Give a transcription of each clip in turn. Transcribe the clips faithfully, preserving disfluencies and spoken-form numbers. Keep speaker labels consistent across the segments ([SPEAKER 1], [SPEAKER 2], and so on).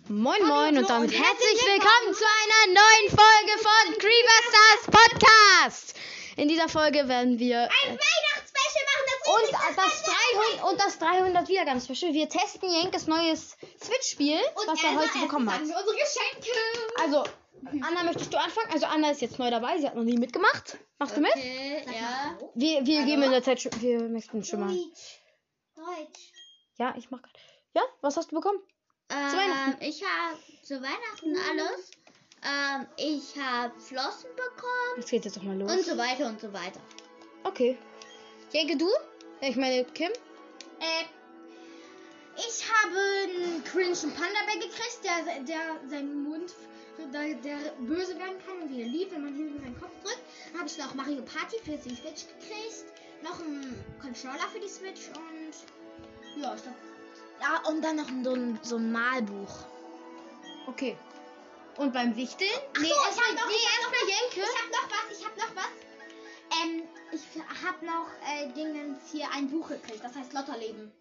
[SPEAKER 1] Moin Moin und damit herzlich willkommen zu einer neuen Folge von Creeper Stars Podcast. In dieser Folge werden wir
[SPEAKER 2] ein Weihnachtsspecial machen, das
[SPEAKER 1] und das dreihundert und das dreihundert Wiedergaben Special. Wir testen Jenkes neues Switch-Spiel, was er heute bekommen hat.
[SPEAKER 2] Unsere Geschenke.
[SPEAKER 1] Also Anna, möchtest du anfangen? Also Anna ist jetzt neu dabei, sie hat noch nie mitgemacht. Machst du mit?
[SPEAKER 2] Okay, ja.
[SPEAKER 1] Wir, wir geben in der Zeit, sch- wir möchten schon mal.
[SPEAKER 2] Deutsch.
[SPEAKER 1] Ja, ich mach grad. Ja, was hast du bekommen?
[SPEAKER 2] Ähm,
[SPEAKER 1] Zu Weihnachten.
[SPEAKER 2] Ich habe zu Weihnachten alles. Ähm, ich habe Flossen bekommen
[SPEAKER 1] Das geht jetzt doch mal los.
[SPEAKER 2] und so weiter und so weiter.
[SPEAKER 1] Okay. Jenke, du? Ich meine, Kim?
[SPEAKER 3] Äh, ich habe einen cringen Panda-Bär gekriegt, der, der seinen Mund, der, der böse werden kann und wieder lieb, wenn man hinten seinen Kopf drückt. Dann habe ich noch Mario Party für die Switch gekriegt, noch einen Controller für die Switch und ja, ich glaube. Ja, und dann noch so ein, so ein Malbuch.
[SPEAKER 1] Okay. Und beim Wichteln?
[SPEAKER 3] Ach
[SPEAKER 1] Nee,
[SPEAKER 3] so,
[SPEAKER 1] erst
[SPEAKER 3] ich hab
[SPEAKER 1] mal-
[SPEAKER 3] noch-
[SPEAKER 1] nee,
[SPEAKER 3] ich hab
[SPEAKER 1] erstmal Jenke.
[SPEAKER 3] Ich habe noch was, ich habe noch was. Ähm, ich habe noch äh, Dingens hier ein Buch gekriegt, das heißt Lotterleben.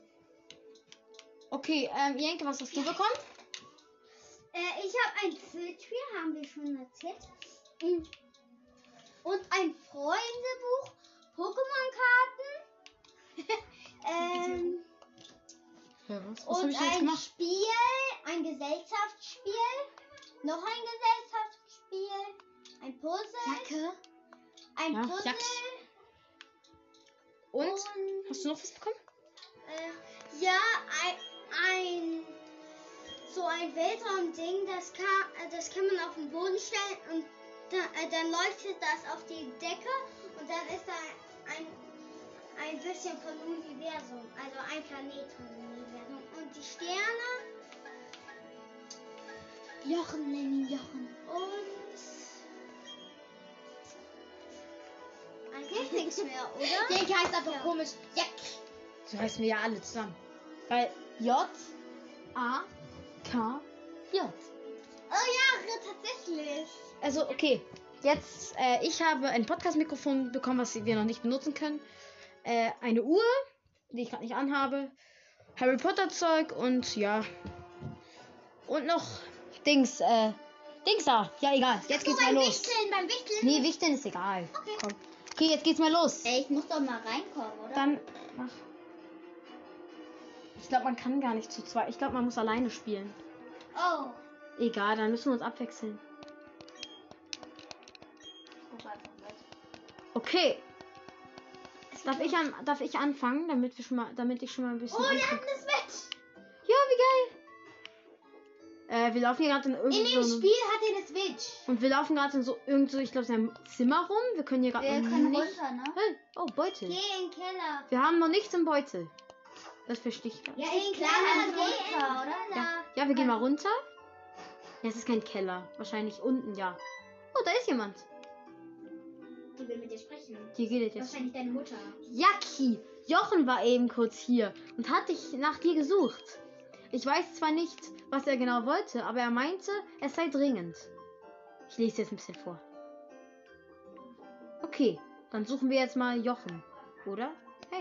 [SPEAKER 1] Okay, ähm, Jenke, was hast du bekommen?
[SPEAKER 2] Äh, ich habe ein Zwischenspiel, haben wir schon erzählt. Und- Und ein Freundebuch, Pokémon-Karten. ähm,
[SPEAKER 1] Ja, was? Was hab
[SPEAKER 2] und
[SPEAKER 1] ich jetzt
[SPEAKER 2] ein
[SPEAKER 1] gemacht?
[SPEAKER 2] Spiel, ein Gesellschaftsspiel, noch ein Gesellschaftsspiel, ein Puzzle,
[SPEAKER 3] Jacke.
[SPEAKER 2] ein
[SPEAKER 1] Ja,
[SPEAKER 2] Puzzle
[SPEAKER 1] Jacks. Und?
[SPEAKER 2] und
[SPEAKER 1] Hast du noch was bekommen?
[SPEAKER 2] äh, ja, ein, ein so ein Weltraumding, das kann, äh, das kann man auf den Boden stellen und da, äh, dann leuchtet das auf die Decke und dann ist da ein, ein bisschen von Universum, also ein Planet von Universum. Und die Sterne,
[SPEAKER 3] Jochen, Lenny, Jochen.
[SPEAKER 2] und eigentlich nichts mehr, oder?
[SPEAKER 3] Jenke heißt einfach
[SPEAKER 2] Ja.
[SPEAKER 3] komisch. Jack.
[SPEAKER 1] So heißen wir ja alle zusammen. Weil J, A, K, J.
[SPEAKER 2] Oh ja, tatsächlich.
[SPEAKER 1] Also, okay. Jetzt, äh, ich habe ein Podcast-Mikrofon bekommen, was wir noch nicht benutzen können. Äh, eine Uhr, die ich gerade nicht anhabe. Harry Potter-Zeug und ja. Und noch Dings, äh, Dings da. Ja, egal. Jetzt geht's mal
[SPEAKER 3] beim
[SPEAKER 1] los.
[SPEAKER 3] Wichteln, beim Wichteln.
[SPEAKER 1] Nee, Wichteln ist egal.
[SPEAKER 3] Okay.
[SPEAKER 1] Komm. Okay, jetzt geht's mal los.
[SPEAKER 2] Ey, ich muss doch mal reinkommen, oder?
[SPEAKER 1] Dann mach. Ich glaube, man kann gar nicht zu zweit. Ich glaube, man muss alleine spielen.
[SPEAKER 2] Oh.
[SPEAKER 1] Egal, dann müssen wir uns abwechseln. Okay. Darf ich, an, darf ich anfangen, damit wir schon mal, damit ich schon mal ein bisschen.
[SPEAKER 3] Oh, wir
[SPEAKER 1] anfange?
[SPEAKER 3] haben eine Switch.
[SPEAKER 1] Ja, wie geil. Äh, wir laufen hier gerade in
[SPEAKER 3] In
[SPEAKER 1] irgendeinem
[SPEAKER 3] dem Spiel hat er eine Switch.
[SPEAKER 1] und wir laufen gerade in so irgend so, ich glaube, seinem Zimmer rum. Wir können hier gerade
[SPEAKER 2] Wir
[SPEAKER 1] noch
[SPEAKER 2] können
[SPEAKER 1] nicht.
[SPEAKER 2] runter, ne?
[SPEAKER 1] Hey, oh, Beutel.
[SPEAKER 2] Geh in den Keller.
[SPEAKER 1] Wir haben noch nichts im Beutel. Das verstehe ich gar nicht.
[SPEAKER 3] Ja,
[SPEAKER 2] In den
[SPEAKER 3] ist klar.
[SPEAKER 2] Keller,
[SPEAKER 3] man
[SPEAKER 2] geh
[SPEAKER 3] muss-
[SPEAKER 2] runter, oder?
[SPEAKER 1] Ja, ja, wir gehen mal runter. Ja, es ist kein Keller. Wahrscheinlich unten, ja. Oh, da ist jemand.
[SPEAKER 3] Die will mit dir sprechen.
[SPEAKER 1] Hier geht es jetzt.
[SPEAKER 3] Wahrscheinlich deine Mutter.
[SPEAKER 1] Jacki, Jochen war eben kurz hier und hat dich nach dir gesucht. Ich weiß zwar nicht, was er genau wollte, aber er meinte, es sei dringend. Ich lese jetzt ein bisschen vor. Okay, dann suchen wir jetzt mal Jochen, oder? Hey.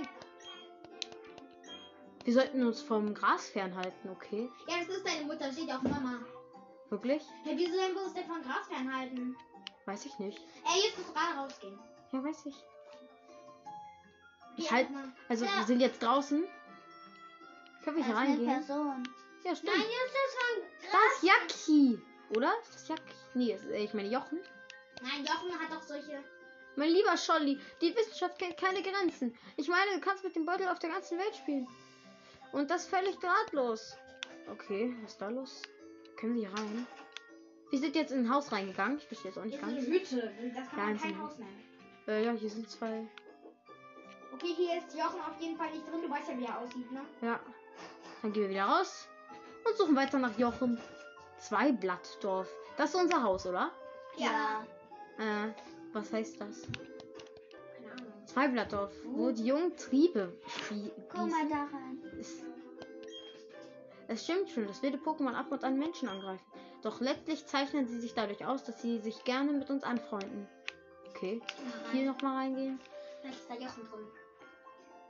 [SPEAKER 1] Wir sollten uns vom Gras fernhalten, okay?
[SPEAKER 3] Ja, das ist deine Mutter. Steht auf Mama.
[SPEAKER 1] Wirklich?
[SPEAKER 3] Hey, wieso sollen wir uns denn von Gras fernhalten?
[SPEAKER 1] Weiß ich nicht.
[SPEAKER 3] Ey, jetzt musst du gerade rausgehen.
[SPEAKER 1] Ja, weiß ich. Ich
[SPEAKER 3] Geh
[SPEAKER 1] halt,
[SPEAKER 3] einfach mal.
[SPEAKER 1] also
[SPEAKER 2] Ja.
[SPEAKER 1] wir sind jetzt draußen. Können wir hier
[SPEAKER 2] Das ist eine
[SPEAKER 1] reingehen?
[SPEAKER 2] Person.
[SPEAKER 1] Ja, stimmt.
[SPEAKER 2] Nein, das ist von
[SPEAKER 1] Da ist Jacki, oder? Ist das Jacki? Nee, ist, äh, ich meine Jochen.
[SPEAKER 3] Nein, Jochen hat doch solche.
[SPEAKER 1] Mein lieber Scholli, die Wissenschaft kennt keine Grenzen. Ich meine, du kannst mit dem Beutel auf der ganzen Welt spielen. Und das völlig drahtlos. Okay, was ist da los? Können wir hier rein? Wir sind jetzt in ein Haus reingegangen. Ich verstehe jetzt auch nicht
[SPEAKER 3] Das ist eine
[SPEAKER 1] ganz.
[SPEAKER 3] Hütte. Das kann man
[SPEAKER 1] Wahnsinn.
[SPEAKER 3] kein Haus nennen.
[SPEAKER 1] Äh, ja, hier sind zwei.
[SPEAKER 3] Okay, hier ist Jochen auf jeden Fall nicht drin. Du weißt ja, wie er aussieht, ne?
[SPEAKER 1] Ja. Dann gehen wir wieder raus und suchen weiter nach Jochen. Zweiblattdorf. Das ist unser Haus, oder?
[SPEAKER 2] Ja.
[SPEAKER 1] Äh, was heißt das?
[SPEAKER 3] Keine Ahnung.
[SPEAKER 1] Zweiblattdorf, wo die jungen Triebe spie-
[SPEAKER 2] Guck mal da rein.
[SPEAKER 1] Es, es stimmt schon, dass wilde Pokémon ab und an Menschen angreifen. Doch letztlich zeichnen sie sich dadurch aus, dass sie sich gerne mit uns anfreunden. Okay, hier nochmal reingehen.
[SPEAKER 3] Vielleicht ist da Jochen drin.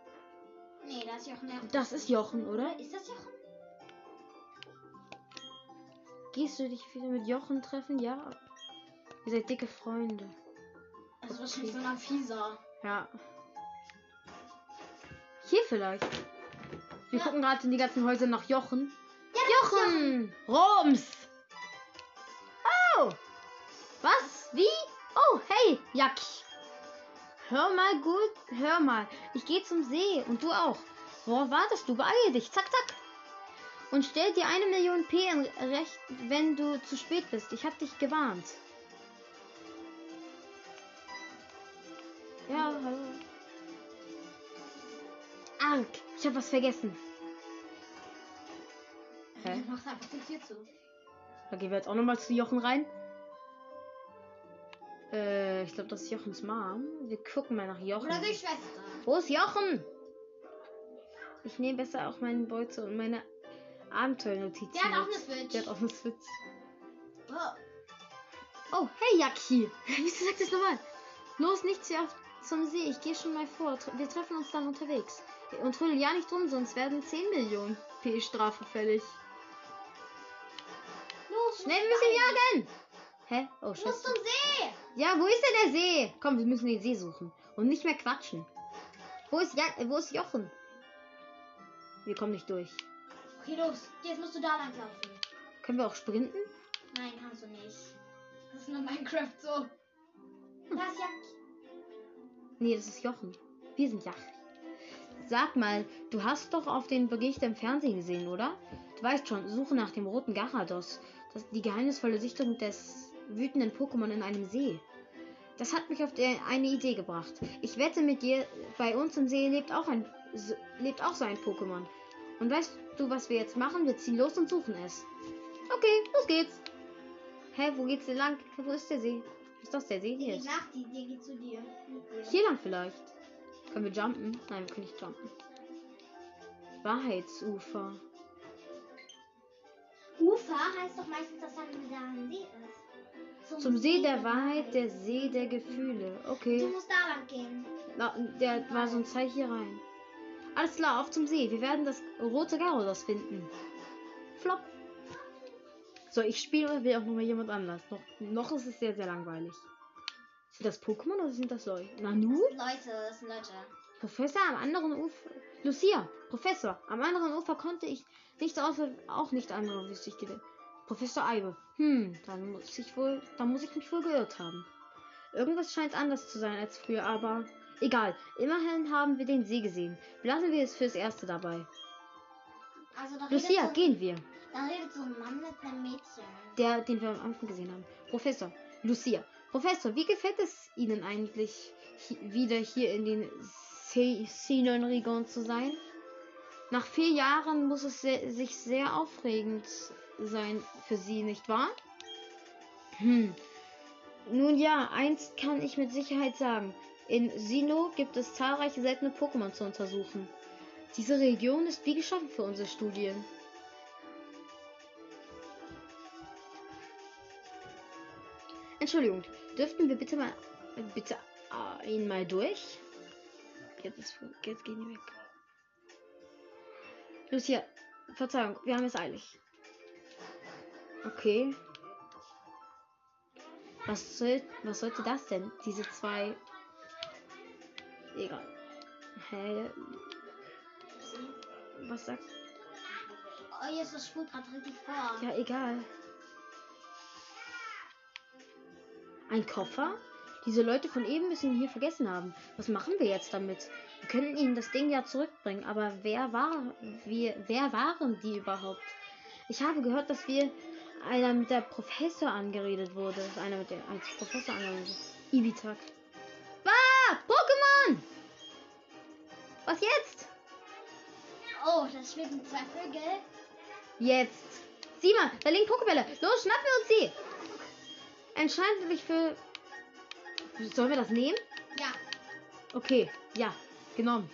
[SPEAKER 3] Nee, da ist Jochen. Der
[SPEAKER 1] Das ist Jochen, oder?
[SPEAKER 3] Ist das Jochen?
[SPEAKER 1] Gehst du dich wieder mit Jochen treffen? Ja. Ihr seid dicke Freunde.
[SPEAKER 3] Das ist wahrscheinlich so ein fieser.
[SPEAKER 1] Ja. Hier vielleicht. Wir
[SPEAKER 3] Ja.
[SPEAKER 1] gucken gerade in die ganzen Häuser nach Jochen.
[SPEAKER 3] Ja,
[SPEAKER 1] Jochen! Roms! Oh! Was? Wie? Oh, hey, Jack. Hör mal gut, hör mal. Ich gehe zum See und du auch. Worauf wartest du? Beeile dich. Zack, zack. Und stell dir eine Million P in recht, wenn du zu spät bist. Ich hab dich gewarnt. Ja, hallo. Arg, ich hab was vergessen. Hä?
[SPEAKER 3] Du machst einfach die Tür zu.
[SPEAKER 1] Da gehen wir jetzt auch nochmal zu Jochen rein. Äh, ich glaube, das ist Jochens Mom. Wir gucken mal nach Jochen.
[SPEAKER 3] Oder die Schwester.
[SPEAKER 1] Wo ist Jochen? Ich nehme besser auch meinen Beutel und meine Abenteuernotizen.
[SPEAKER 3] Der hat auch
[SPEAKER 1] mit.
[SPEAKER 3] eine Switch.
[SPEAKER 1] Der hat auch eine Switch.
[SPEAKER 3] Oh.
[SPEAKER 1] Oh, hey Jacki. Wieso sagt das nochmal? Los, nichts hier auf zum See. Ich gehe schon mal vor. Wir treffen uns dann unterwegs. Und rüttel ja nicht rum, sonst werden zehn Millionen P Strafe fällig.
[SPEAKER 3] Los,
[SPEAKER 1] Schnell, wir müssen jagen! Hä? Oh,
[SPEAKER 3] Los
[SPEAKER 1] Scheiße.
[SPEAKER 3] zum See.
[SPEAKER 1] Ja, wo ist denn der See? Komm, wir müssen den See suchen. Und nicht mehr quatschen. Wo ist, ja wo ist Jochen? Wir kommen nicht durch.
[SPEAKER 3] Okay, los. Jetzt musst du da lang laufen.
[SPEAKER 1] Können wir auch sprinten?
[SPEAKER 3] Nein, kannst du nicht. Das ist nur Minecraft so. Das ist ja...
[SPEAKER 1] Nee, das ist Jochen. Wir sind Jach. Sag mal, du hast doch auf den Bericht im Fernsehen gesehen, oder? Du weißt schon, Suche nach dem roten Garados. Das ist die geheimnisvolle Sichtung des wütenden Pokémon in einem See. Das hat mich auf der, eine Idee gebracht. Ich wette mit dir, bei uns im See lebt auch, ein, so, lebt auch so ein Pokémon. Und weißt du, was wir jetzt machen? Wir ziehen los und suchen es. Okay, los geht's. Hä, wo geht's denn lang? Wo ist der See? Ist das der See?
[SPEAKER 3] Die
[SPEAKER 1] Hier
[SPEAKER 3] geht
[SPEAKER 1] ist.
[SPEAKER 3] nach dir, die geht zu dir. Mit dir.
[SPEAKER 1] Hier lang vielleicht. Können wir jumpen? Nein, wir können nicht jumpen. Wahrheitsufer.
[SPEAKER 2] Ufer heißt doch meistens, dass dann da ein See ist.
[SPEAKER 1] Zum See der Wahrheit, der See der Gefühle.
[SPEAKER 2] Du
[SPEAKER 1] Okay.
[SPEAKER 2] musst da lang gehen.
[SPEAKER 1] Na, der war so ein Zeig hier rein. Alles klar, auf zum See. Wir werden das rote Garados finden. Flop. So, ich spiele oder will auch nochmal jemand anders. Noch, noch ist es sehr, sehr langweilig. Sind das Pokémon oder sind das Leute? Nanu?
[SPEAKER 3] Leute, das sind Leute.
[SPEAKER 1] Professor am anderen Ufer. Lucia, Professor, am anderen Ufer konnte ich nicht außer auch nicht andere Wichtige. Professor Eibe. Hm, dann muss ich wohl, dann muss ich mich wohl geirrt haben. Irgendwas scheint anders zu sein als früher, aber egal. Immerhin haben wir den See gesehen. Lassen wir es fürs Erste dabei.
[SPEAKER 3] Also da
[SPEAKER 1] Lucia,
[SPEAKER 3] redet, so,
[SPEAKER 1] gehen wir.
[SPEAKER 3] da redet so ein Mann mit einem Mädchen.
[SPEAKER 1] Der, den wir am Anfang gesehen haben. Professor, Lucia. Professor, wie gefällt es Ihnen eigentlich, hi wieder hier in den Sinonrigon zu sein? Nach vier Jahren muss es se sich sehr aufregend sein für Sie, nicht wahr? Hm. Nun ja, eins kann ich mit Sicherheit sagen. In Sinnoh gibt es zahlreiche seltene Pokémon zu untersuchen. Diese Region ist wie geschaffen für unsere Studien. Entschuldigung, dürften wir bitte mal bitte einmal durch? Jetzt, ist, jetzt gehen die weg. Lucia, Verzeihung, wir haben es eilig. Okay. Was soll, was sollte das denn? Diese zwei. Egal. Hä? Was sagst
[SPEAKER 3] Oh, jetzt das spult gerade richtig vor.
[SPEAKER 1] du? Ja, egal. Ein Koffer? Diese Leute von eben müssen ihn hier vergessen haben. Was machen wir jetzt damit? Wir können ihnen das Ding ja zurückbringen, aber wer war, wir, wer waren die überhaupt? Ich habe gehört, dass wir einer mit der Professor angeredet wurde. Einer mit der als Professor angeredet wurde. Ibitak. Ah! Pokémon! Was jetzt?
[SPEAKER 3] Oh, das schweben zwei Vögel.
[SPEAKER 1] Jetzt. Sieh mal, da liegen Pokébälle. Los, schnappen wir uns sie. Entscheiden Sie sich für... Sollen wir das nehmen?
[SPEAKER 3] Ja.
[SPEAKER 1] Okay, ja, genommen.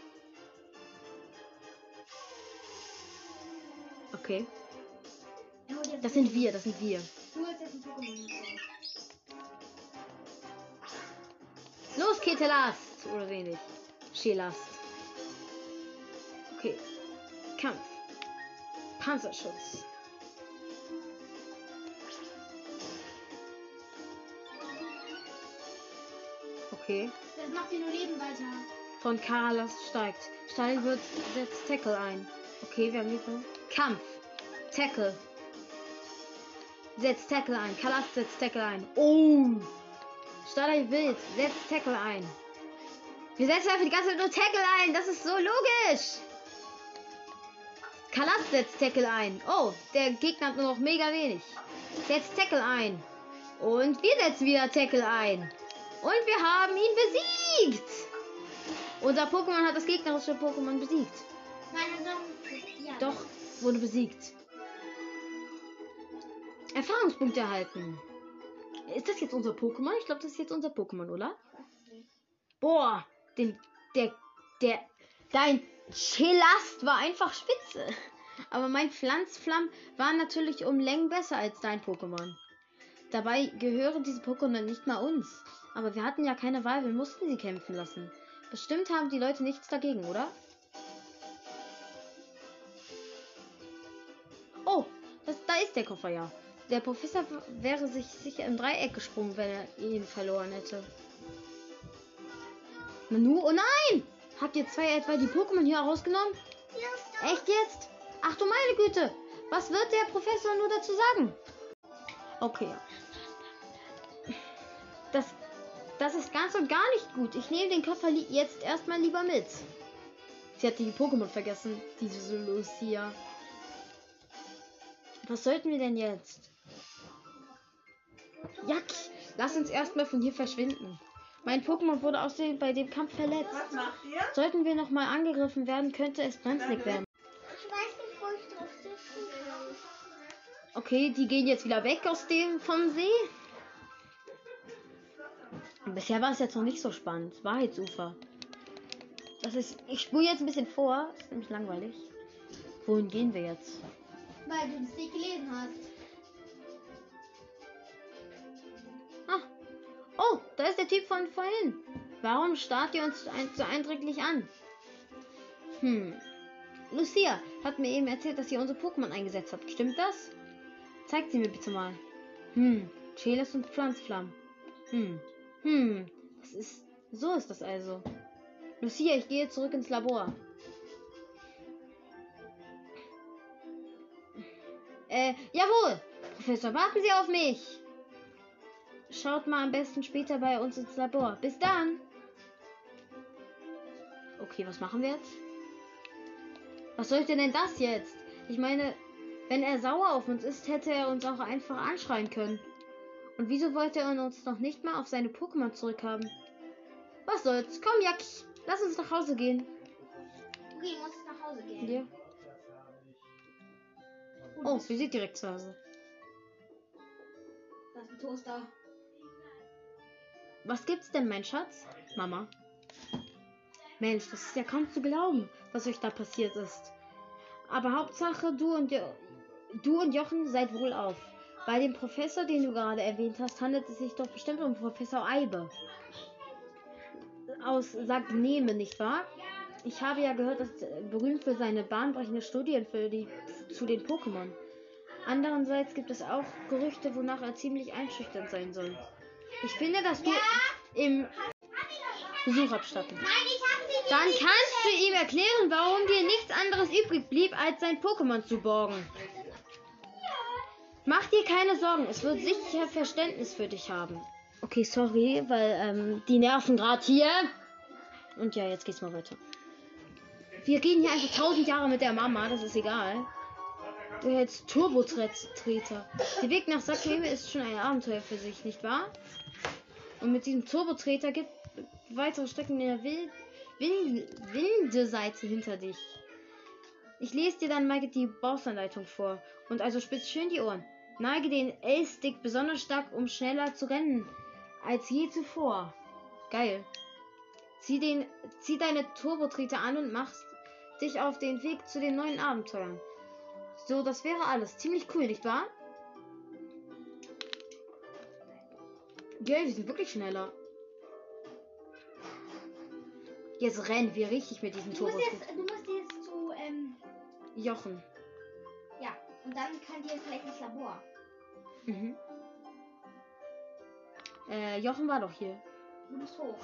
[SPEAKER 1] Okay.
[SPEAKER 3] Er holt jetzt
[SPEAKER 1] Das sind wir, das sind wir.
[SPEAKER 3] Du holst jetzt ein Pokémon.
[SPEAKER 1] Los, Ketelast! Oder wenig. Schelast. Okay. Kampf. Panzerschutz. Okay.
[SPEAKER 3] Das macht dir nur Leben weiter.
[SPEAKER 1] Von Carlos steigt. Starling wird, setzt Tackle ein. Okay, wir haben Hilfe. Kampf. Tackle. Setzt Tackle ein. Carlos setzt Tackle ein. Oh. Starling wild. Setzt Tackle ein. Wir setzen einfach die ganze Zeit nur Tackle ein. Das ist so logisch. Carlos setzt Tackle ein. Oh, der Gegner hat nur noch mega wenig. Setzt Tackle ein. Und wir setzen wieder Tackle ein. Und wir haben ihn besiegt. Unser Pokémon hat das gegnerische Pokémon besiegt.
[SPEAKER 3] Meine Sachen. Ja.
[SPEAKER 1] Doch, wurde besiegt. Erfahrungspunkte erhalten. Ist das jetzt unser Pokémon? Ich glaube, das ist jetzt unser Pokémon, oder? Boah, den, der, der, dein Chelast war einfach spitze. Aber mein Pflanzflamm war natürlich um Längen besser als dein Pokémon. Dabei gehören diese Pokémon nicht mal uns. Aber wir hatten ja keine Wahl, wir mussten sie kämpfen lassen. Bestimmt haben die Leute nichts dagegen, oder? Oh, das, da ist der Koffer ja. Der Professor wäre sich sicher im Dreieck gesprungen, wenn er ihn verloren hätte. Nanu, oh nein! Habt ihr zwei etwa die Pokémon hier rausgenommen?
[SPEAKER 2] Ja,
[SPEAKER 1] Echt jetzt? Ach du meine Güte! Was wird der Professor nur dazu sagen? Okay. Das, das ist ganz und gar nicht gut. Ich nehme den Koffer li- jetzt erstmal lieber mit. Sie hat die Pokémon vergessen, diese Lucia. Was sollten wir denn jetzt? Jack, lass uns erstmal von hier verschwinden. Mein Pokémon wurde außerdem bei dem Kampf verletzt.
[SPEAKER 4] Was macht ihr?
[SPEAKER 1] Sollten wir nochmal angegriffen werden, könnte es brenzlig werden.
[SPEAKER 2] ich weiß nicht, wo ich drauf sitzen kann.
[SPEAKER 1] Okay, die gehen jetzt wieder weg aus dem vom See. Bisher war es jetzt noch nicht so spannend. Wahrheitsufer. Das ist. Ich spule jetzt ein bisschen vor. Das ist nämlich langweilig. Wohin gehen wir jetzt?
[SPEAKER 3] Weil du das nicht gelesen hast.
[SPEAKER 1] Ah. Oh, da ist der Typ von vorhin. Warum starrt ihr uns ein, so eindringlich an? Hm. Lucia hat mir eben erzählt, dass ihr unsere Pokémon eingesetzt habt. Stimmt das? Zeigt sie mir bitte mal. Hm. Chelas und Pflanzflamm. Hm. Hm. Das ist. So ist das also. Lucia, ich gehe zurück ins Labor. Äh, jawohl. Professor, warten Sie auf mich. Schaut mal am besten später bei uns ins Labor. Bis dann. Okay, was machen wir jetzt? Was sollte denn das jetzt? Ich meine, wenn er sauer auf uns ist, hätte er uns auch einfach anschreien können. Und wieso wollte er uns noch nicht mal auf seine Pokémon zurückhaben? Was soll's? Komm, Jack. Lass uns nach Hause gehen.
[SPEAKER 3] Okay, muss ich nach Hause gehen.
[SPEAKER 1] Ja. Oh, wir sind direkt zu Hause.
[SPEAKER 3] Das ist ein Toaster.
[SPEAKER 1] Was gibt's denn, mein Schatz? Mama. Mensch, das ist ja kaum zu glauben, was euch da passiert ist. Aber Hauptsache, du und, jo du und Jochen seid wohl auf. Bei dem Professor, den du gerade erwähnt hast, handelt es sich doch bestimmt um Professor Eibe. Aus Sagneme, nicht wahr? Ich habe ja gehört, dass er berühmt für seine bahnbrechende Studien für die, zu den Pokémon. Andererseits gibt es auch Gerüchte, wonach er ziemlich einschüchternd sein soll. Ich finde, dass wir im Besuch abstatten.
[SPEAKER 2] Nein, ich hab sie
[SPEAKER 1] Dann kannst du ihm erklären, warum dir nichts anderes übrig blieb, als sein Pokémon zu borgen. Mach dir keine Sorgen, es wird sicher Verständnis für dich haben. Okay, sorry, weil ähm, die nerven gerade hier. Und ja, jetzt geht's mal weiter. Wir gehen hier einfach tausend Jahre mit der Mama, das ist egal. Du hältst Turbotreter. Der Weg nach Sakreme ist schon ein Abenteuer für sich, nicht wahr? Und mit diesem Turbotreter gibt weitere Strecken in der Wild Wild wilde Seite hinter dich. Ich lese dir dann mal die Bausanleitung vor. Und also spitz schön die Ohren. Neige den L-Stick besonders stark, um schneller zu rennen als je zuvor. Geil. Zieh, den, zieh deine Turbotreter an und machst dich auf den Weg zu den neuen Abenteuern. So, das wäre alles. Ziemlich cool, nicht wahr? Ja, wir sind wirklich schneller. Jetzt rennen wir richtig mit diesen
[SPEAKER 3] Du musst
[SPEAKER 1] Turbotreter.
[SPEAKER 3] jetzt, du musst jetzt zu, ähm,
[SPEAKER 1] Jochen.
[SPEAKER 3] ja. Und dann kann dir vielleicht ins Labor.
[SPEAKER 1] Mhm. Äh, Jochen war doch hier.
[SPEAKER 3] Du bist hoch.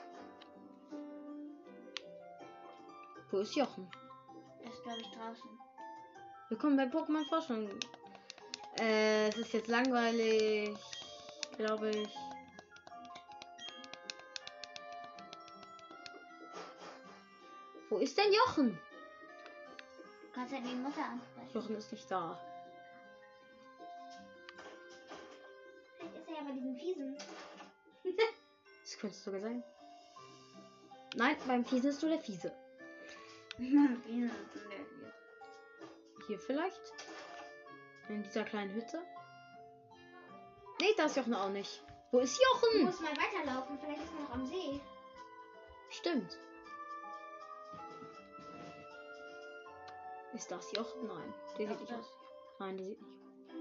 [SPEAKER 1] Wo ist Jochen?
[SPEAKER 2] Er ist, glaube ich, draußen.
[SPEAKER 1] Willkommen bei Pokémon Forschung. Äh, es ist jetzt langweilig. Glaube ich. Wo ist denn Jochen?
[SPEAKER 2] Du kannst ja die Mutter ansprechen.
[SPEAKER 1] Jochen ist nicht da.
[SPEAKER 3] Vielleicht ist er ja bei diesem Fiesen.
[SPEAKER 1] Das könnte es sogar sein. Nein, beim Fiese ist du der Fiese. Hier vielleicht? In dieser kleinen Hütte? Nee, da ist Jochen auch nicht. Wo ist
[SPEAKER 3] Du
[SPEAKER 1] Jochen?
[SPEAKER 3] musst mal weiterlaufen. Vielleicht ist er noch am See.
[SPEAKER 1] Stimmt. Ist das Jochen? Nein. Der sieht nicht aus. Nein, der sieht nicht.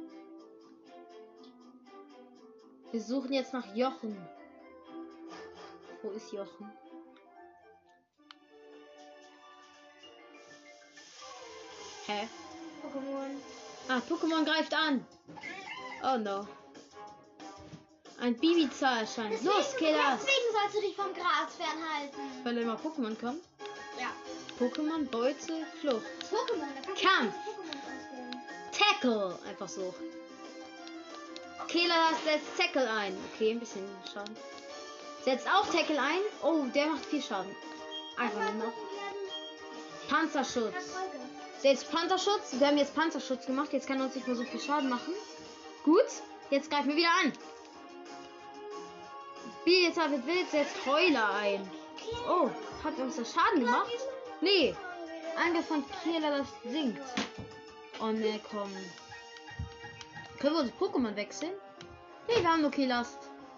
[SPEAKER 1] Wir suchen jetzt nach Jochen. Wo ist Jochen? Hä?
[SPEAKER 3] Pokémon.
[SPEAKER 1] Ah, Pokémon greift an. Oh no. Ein Bibiza erscheint. Los, Killers!
[SPEAKER 3] Deswegen sollst du dich vom Gras fernhalten.
[SPEAKER 1] Weil immer Pokémon kommen.
[SPEAKER 3] Ja.
[SPEAKER 1] Pokémon, Beute, Flucht.
[SPEAKER 3] Pokémon, da kannst
[SPEAKER 1] Kampf.
[SPEAKER 3] du Pokémon auswählen.
[SPEAKER 1] Tackle! Einfach so. Killer setzt Tackle ein. Okay, ein bisschen Schaden. Setzt auch Tackle ein. Oh, der macht viel Schaden. Einfach nur noch. Panzerschutz. Setzt Panzerschutz. Wir haben jetzt Panzerschutz gemacht. Jetzt kann er uns nicht mehr so viel Schaden machen. Gut. Jetzt greifen wir wieder an. Bibiza wird wild, setzt Heuler ein. Oh, hat uns das Schaden gemacht? Nee. Angriff von Killer, das sinkt. Oh ne, komm. Können wir uns Pokémon wechseln? Nee, wir haben nur Killers.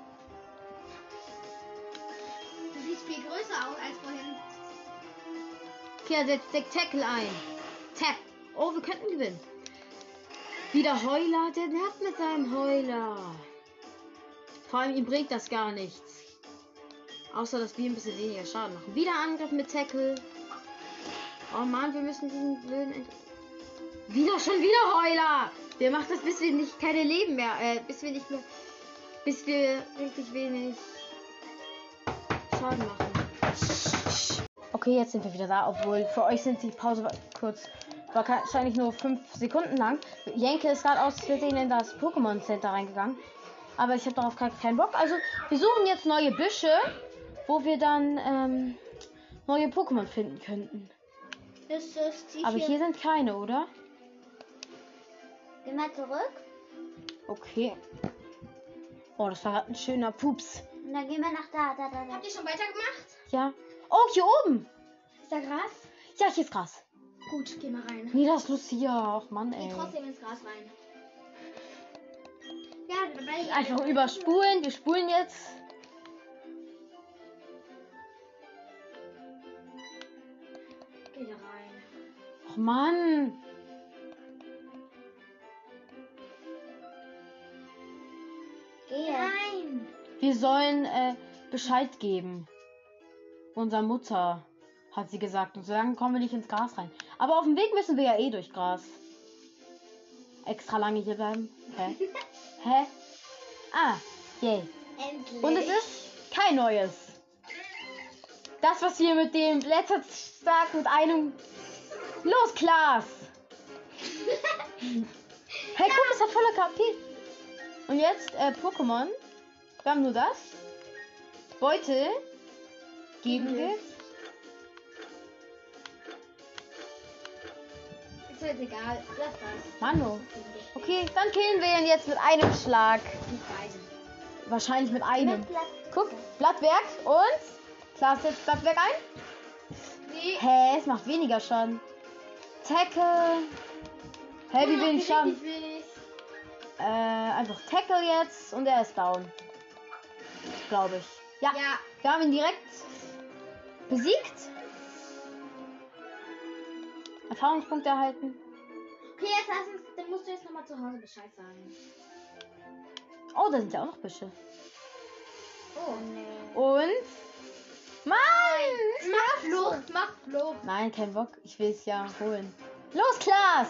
[SPEAKER 3] Du siehst viel größer aus als vorhin.
[SPEAKER 1] Killer setzt Deck Tackle ein. Tap. Oh, wir könnten gewinnen. Wieder Heuler. Der nervt mit seinem Heuler. Vor allem ihm bringt das gar nichts. Außer, dass wir ein bisschen weniger Schaden machen. Wieder Angriff mit Tackle. Oh Mann, wir müssen diesen blöden... Ent wieder schon wieder Heuler. Der macht das, bis wir nicht keine Leben mehr... Äh, bis wir nicht mehr... Bis wir richtig wenig Schaden machen. Okay, jetzt sind wir wieder da. Obwohl, für euch sind die Pause kurz... War wahrscheinlich nur fünf Sekunden lang. Jenke ist gerade aus Versehen in das Pokémon Center reingegangen. Aber ich habe darauf keinen Bock. Also, wir suchen jetzt neue Büsche, wo wir dann ähm, neue Pokémon finden könnten.
[SPEAKER 2] Ist das die
[SPEAKER 1] Aber hier sind keine, oder?
[SPEAKER 2] Geh mal zurück.
[SPEAKER 1] Okay. Oh, das war gerade ein schöner Pups.
[SPEAKER 2] Und dann gehen wir nach da, da, da, da.
[SPEAKER 3] Habt ihr schon weitergemacht?
[SPEAKER 1] Ja. Oh, hier oben.
[SPEAKER 3] Ist da Gras?
[SPEAKER 1] Ja, hier ist Gras.
[SPEAKER 3] Gut, geh mal rein.
[SPEAKER 1] Nee, das ist Lucia. Ach Mann, ey.
[SPEAKER 3] Geh trotzdem ins Gras rein. Ja, weil
[SPEAKER 1] Einfach überspulen. Wir spulen jetzt.
[SPEAKER 3] Geh da rein.
[SPEAKER 1] Ach Mann.
[SPEAKER 2] Geh.
[SPEAKER 3] Nein.
[SPEAKER 1] Wir sollen äh, Bescheid geben. Unserer Mutter, hat sie gesagt. Und so lange kommen wir nicht ins Gras rein. Aber auf dem Weg müssen wir ja eh durch Gras. Extra lange hier bleiben. Hä? Hä? Ah, yay.
[SPEAKER 2] Endlich.
[SPEAKER 1] Und es ist kein neues. Das, was wir mit dem letzter Tag mit einem... Los, Klaas! Hey, guck, es hat voller K P. Und jetzt, äh, Pokémon. Wir haben nur das. Beute. Gegengift.
[SPEAKER 3] Ist halt egal. Lass das.
[SPEAKER 1] Mano. Okay, dann killen wir ihn jetzt mit einem Schlag.
[SPEAKER 3] Mit beiden.
[SPEAKER 1] Wahrscheinlich mit einem.
[SPEAKER 2] Mit Blatt.
[SPEAKER 1] Guck, Blattwerk und... Klaas setzt Blattwerk ein.
[SPEAKER 3] Nee.
[SPEAKER 1] Hä, es macht weniger Schaden. Tackle. Hä, wie wenig Schaden?
[SPEAKER 3] Richtig wenig.
[SPEAKER 1] Äh, einfach Tackle jetzt und er ist down. Glaube ich. Ja,
[SPEAKER 3] Ja.
[SPEAKER 1] wir haben ihn direkt besiegt. Erfahrungspunkte erhalten.
[SPEAKER 3] Okay, jetzt lass uns, dann musst du jetzt nochmal zu Hause Bescheid sagen.
[SPEAKER 1] Oh, da sind ja auch noch Büsche.
[SPEAKER 3] Oh.
[SPEAKER 1] Und... Mann!
[SPEAKER 3] Mach Flucht, mach Flucht.
[SPEAKER 1] Nein, kein Bock. Ich will es ja holen. Los, Klaas!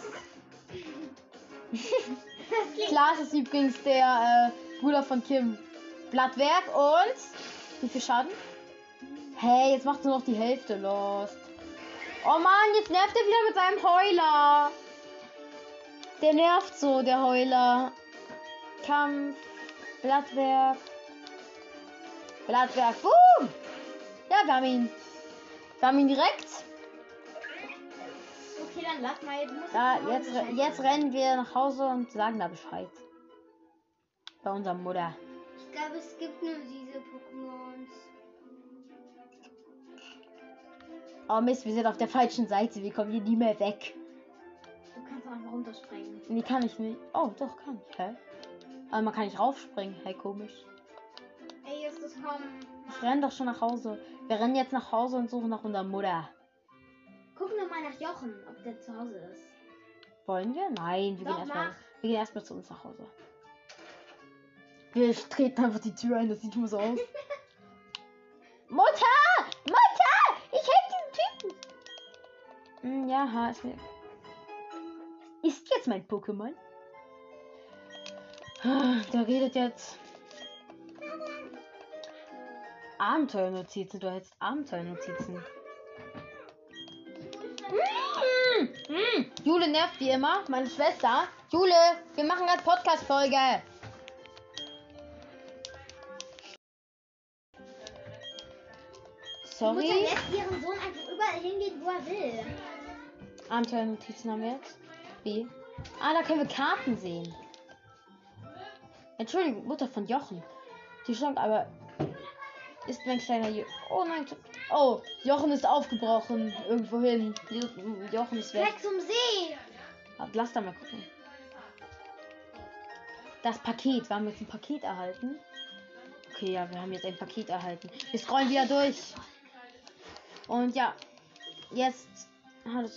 [SPEAKER 1] Klaas ist übrigens der äh, Bruder von Kim. Blattwerk und Wie viel Schaden? Hey, jetzt macht nur noch die Hälfte los. Oh Mann, jetzt nervt er wieder mit seinem Heuler. Der nervt so, der Heuler. Kampf. Blattwerk. Blattwerk. Boom! Ja, wir haben ihn. Wir haben ihn direkt.
[SPEAKER 3] Okay, dann lass mal. Jetzt, muss
[SPEAKER 1] Ja,
[SPEAKER 3] ich zu Hause
[SPEAKER 1] jetzt,
[SPEAKER 3] Bescheid
[SPEAKER 1] jetzt
[SPEAKER 3] sagen.
[SPEAKER 1] rennen wir nach Hause und sagen da Bescheid. Bei unserer Mutter.
[SPEAKER 2] Ich glaube, es gibt nur diese Pokémons.
[SPEAKER 1] Oh Mist, wir sind auf der falschen Seite. Wir kommen hier nie mehr weg.
[SPEAKER 3] Du kannst einfach runterspringen.
[SPEAKER 1] Nee, kann ich nicht. Oh, doch, kann ich. Hä? Aber man kann nicht raufspringen. Hey, komisch.
[SPEAKER 3] Ey, ist das kommen.
[SPEAKER 1] Ich renne doch schon nach Hause. Wir rennen jetzt nach Hause und suchen nach unserer Mutter.
[SPEAKER 3] Gucken wir mal nach Jochen, ob der zu Hause ist.
[SPEAKER 1] Wollen wir? Nein, wir
[SPEAKER 3] Doch,
[SPEAKER 1] gehen erstmal.
[SPEAKER 3] mach.
[SPEAKER 1] Wir gehen erstmal zu uns nach Hause. Wir treten einfach die Tür ein, das sieht nur so aus. Mutter! Mutter! Ich helfe diesem Typen! Hm, ja, ha, ist mir. Ist jetzt mein Pokémon? Der redet jetzt. Abenteuernotizen, du hältst Abenteuernotizen. Mm, mm. Jule nervt wie immer, meine Schwester. Jule, wir machen gerade Podcast-Folge.
[SPEAKER 3] Die Mutter
[SPEAKER 1] Sorry.
[SPEAKER 3] lässt ihren Sohn einfach überall hingehen, wo er will.
[SPEAKER 1] Abenteuernotizen haben wir jetzt. Wie? Ah, da können wir Karten sehen. Entschuldigung, Mutter von Jochen. Die Chance, aber ist mein kleiner Jo. Oh nein. Oh, Jochen ist aufgebrochen. Irgendwo hin. Jo- Jochen ist weg.
[SPEAKER 3] Weg zum See.
[SPEAKER 1] Warte, lass da mal gucken. Das Paket. Wir haben jetzt ein Paket erhalten. Okay, ja, wir haben jetzt ein Paket erhalten. Wir scrollen wieder durch. Und ja, jetzt. Ah, das,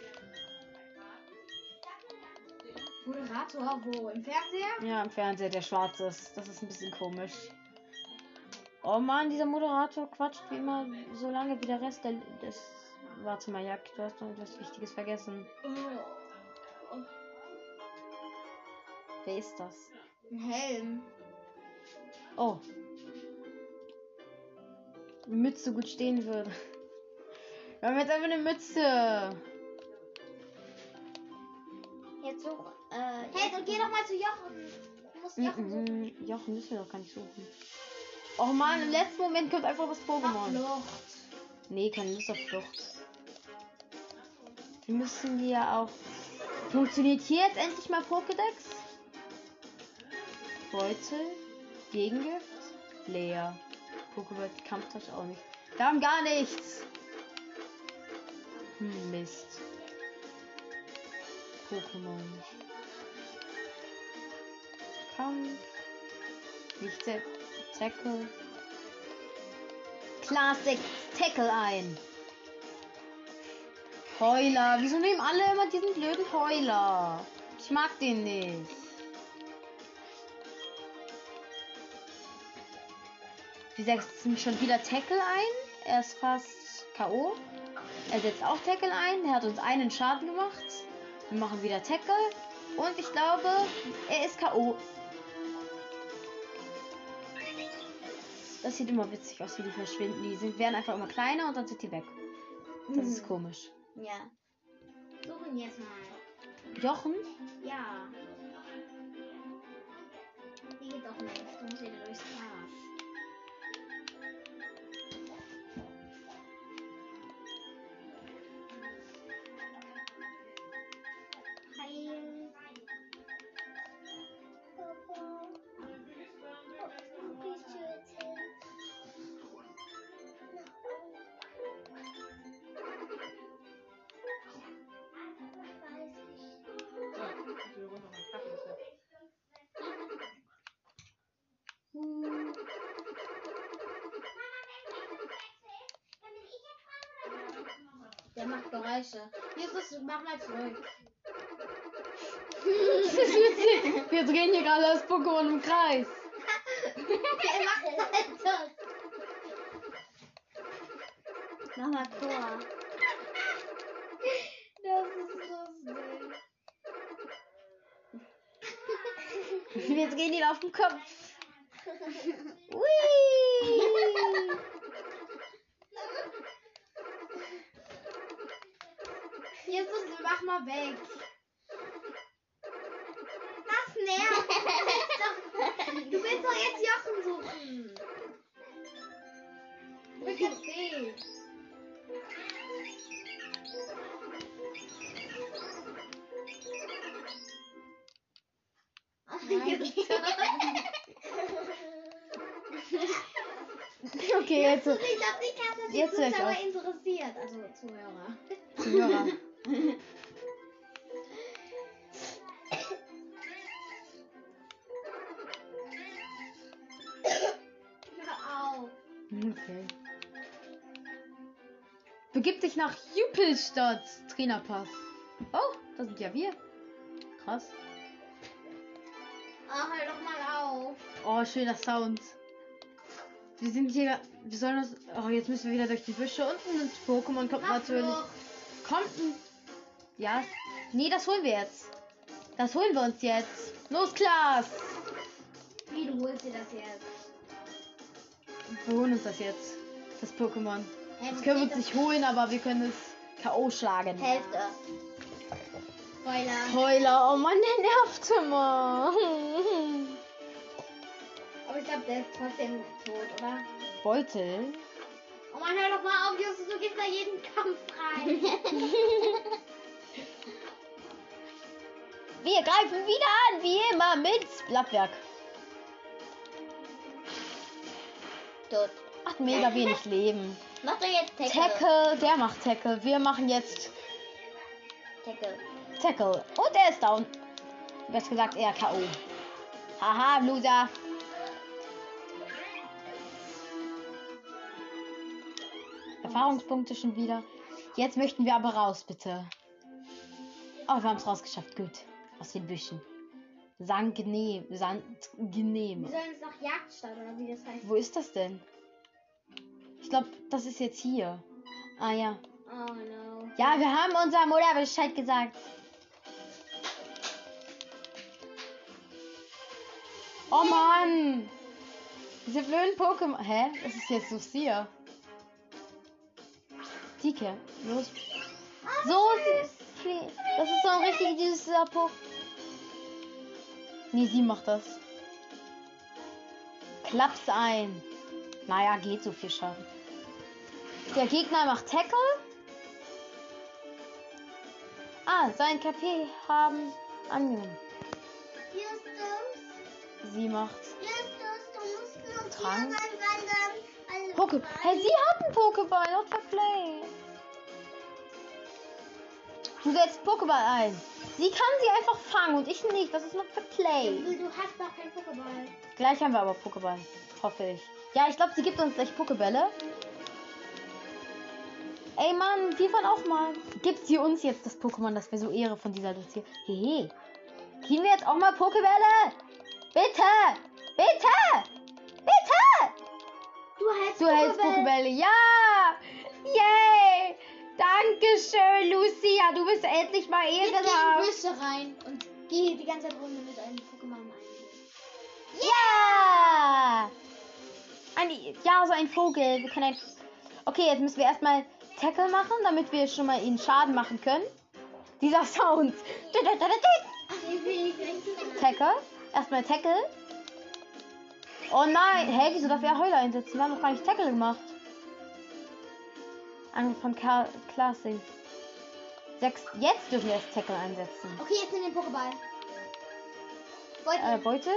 [SPEAKER 3] Moderator, wo? Im Fernseher?
[SPEAKER 1] ja, im Fernseher, der schwarz ist. Das ist ein bisschen komisch. Oh Mann, dieser Moderator quatscht wie immer so lange wie der Rest der, des. Warte mal, Jack, du hast noch etwas Wichtiges vergessen.
[SPEAKER 3] Oh.
[SPEAKER 1] Wer ist das?
[SPEAKER 3] Ein Helm.
[SPEAKER 1] Oh. Eine Mütze gut stehen würde. Wir haben jetzt einfach eine Mütze.
[SPEAKER 2] Jetzt such. Äh,
[SPEAKER 3] Hey, dann geh doch mal zu Jochen. Du musst Jochen suchen.
[SPEAKER 1] Mhm. Jochen müssen wir doch gar nicht suchen. Oh Mann, im letzten Moment kommt einfach das
[SPEAKER 3] Auf
[SPEAKER 1] Pokémon.
[SPEAKER 3] Flucht.
[SPEAKER 1] Nee, keine Lust auf Flucht. Wir müssen hier auch. Funktioniert hier jetzt endlich mal Pokédex? Beutel, Gegengift, leer. Pokéball, Kampftasche auch nicht. Wir haben gar nichts. Hm, Mist. Pokémon. Kampf. Nicht Tack- Tackle. Classic Tackle ein. Heuler. Wieso nehmen alle immer diesen blöden Heuler? Ich mag den nicht. Wir setzen schon wieder Tackle ein. Er ist fast K O. Er setzt auch Tackle ein. Er hat uns einen Schaden gemacht. Wir machen wieder Tackle. Und ich glaube, er ist K O. Das sieht immer witzig aus, wie die verschwinden. Die sind, werden einfach immer kleiner und dann sind die weg. Das ist komisch.
[SPEAKER 2] ja.
[SPEAKER 3] Such ihn jetzt mal.
[SPEAKER 1] Jochen?
[SPEAKER 3] Ja. Hier geht doch nicht. Du musst wieder durchs Gras.
[SPEAKER 2] Heil.
[SPEAKER 3] Der macht Geräusche. Jesus, mach mal zurück.
[SPEAKER 1] Das ist witzig. Wir drehen hier gerade das Pokémon im Kreis.
[SPEAKER 2] Der macht das. Nochmal Tor.
[SPEAKER 3] Das ist lustig.
[SPEAKER 1] Wir drehen ihn auf den Kopf. Ui.
[SPEAKER 3] Jetzt ist, mach mal weg.
[SPEAKER 2] Das nervt.
[SPEAKER 3] Du willst doch jetzt Jochen suchen. Du willst jetzt sehen.
[SPEAKER 1] Okay, jetzt.
[SPEAKER 3] Ich glaube nicht, dass das die
[SPEAKER 1] Jetzt höre ich
[SPEAKER 3] Zuschauer
[SPEAKER 1] auf.
[SPEAKER 3] interessiert. Also Zuhörer.
[SPEAKER 1] Zuhörer.
[SPEAKER 3] Hör auf.
[SPEAKER 1] Okay. Begib dich nach Jupelstadt, Trainerpass. Oh, da sind ja wir. Krass.
[SPEAKER 3] Ach, hör doch mal auf.
[SPEAKER 1] Oh, schöner Sound. Wir sind hier. Wir sollen uns. Oh, jetzt müssen wir wieder durch die Büsche. Unten ins Pokémon kommt
[SPEAKER 3] Mach
[SPEAKER 1] natürlich.
[SPEAKER 3] doch.
[SPEAKER 1] Kommt ein. Ja. Nee, das holen wir jetzt. Das holen wir uns jetzt. Los, Klaas!
[SPEAKER 3] Wie, du holst dir das jetzt?
[SPEAKER 1] Wir holen uns das jetzt. Das Pokémon.
[SPEAKER 3] Hä,
[SPEAKER 1] Das
[SPEAKER 3] wo
[SPEAKER 1] können wir
[SPEAKER 3] steht
[SPEAKER 1] uns nicht holen, aber wir können es K O schlagen.
[SPEAKER 2] Hälfte.
[SPEAKER 3] Spoiler.
[SPEAKER 1] Heuler, oh Mann, der nervt immer.
[SPEAKER 3] Aber ich glaube, der ist trotzdem tot, oder?
[SPEAKER 1] Beutel?
[SPEAKER 3] Oh Mann, hör doch mal auf, Justus, du gehst da jeden Kampf rein.
[SPEAKER 1] Wir greifen wieder an, wie immer, mit Blattwerk.
[SPEAKER 2] Tot.
[SPEAKER 1] Hat mega wenig Leben.
[SPEAKER 2] Mach doch jetzt Tackle.
[SPEAKER 1] Tackle, der macht Tackle. Wir machen jetzt
[SPEAKER 2] Tackle.
[SPEAKER 1] Tackle. Und er ist down. Besser gesagt, eher K O. Haha, Loser. Erfahrungspunkte schon wieder. Jetzt möchten wir aber raus, bitte. Oh, wir haben es rausgeschafft. Gut. Aus den Büschen. Sandgenehm. Sandgenehm.
[SPEAKER 3] Wir sollen jetzt nach Jagdstadt, oder wie das heißt.
[SPEAKER 1] Wo ist das denn? Ich glaube, das ist jetzt hier. Ah ja.
[SPEAKER 3] Oh no.
[SPEAKER 1] Ja, wir haben unserer Mutter Bescheid gesagt. Oh Mann! Diese blöden Pokémon. Hä? Das ist jetzt Lucia. Dike, los. So süß. Das ist so ein richtig süßer Pokémon. Nee, sie macht das. Klapp's ein. Naja, geht so viel Schaden. Der Gegner macht Tackle. Ah, sein K P haben angenommen.
[SPEAKER 2] Justus.
[SPEAKER 1] Sie macht
[SPEAKER 2] Justus, du musst noch
[SPEAKER 1] Trank.
[SPEAKER 2] hier sein, weil dann...
[SPEAKER 1] Poké. Hey, sie hat einen Pokéball, not for play. Du setzt Pokéball ein. Sie kann sie einfach fangen und ich nicht. Das ist not for play.
[SPEAKER 3] Du, du hast doch keinen Pokéball.
[SPEAKER 1] Gleich haben wir aber Pokéball. Hoffe ich. Ja, ich glaube, sie gibt uns gleich Pokébälle. Ey, Mann, wir wollen auch mal. Gibt sie uns jetzt das Pokémon? Das wäre so Ehre von dieser Lucia. Hehe. Kriegen wir jetzt auch mal Pokébälle? Bitte! Bitte! Bitte!
[SPEAKER 3] Du hältst
[SPEAKER 1] Du hältst Pokébälle. Ja! Yay! Dankeschön, Lucia. Du bist endlich mal
[SPEAKER 3] Jetzt geh in die
[SPEAKER 1] ehrenhaft.
[SPEAKER 3] Büsche rein und geh die ganze Zeit rum mit einem Pokémon ein.
[SPEAKER 1] Ja! Ein, ja, so ein Vogel. Wir können ein. Okay, jetzt müssen wir erstmal Tackle machen, damit wir schon mal ihnen Schaden machen können. Dieser Sound. Tackle. Erstmal Tackle. Oh nein. Hä, wieso darf er Heuler einsetzen? Wir haben noch gar nicht Tackle gemacht. Angriff von Ka Classic. Sechs. Jetzt dürfen wir erst Tackle einsetzen.
[SPEAKER 3] Okay, jetzt in den Pokéball.
[SPEAKER 1] Äh, Beute.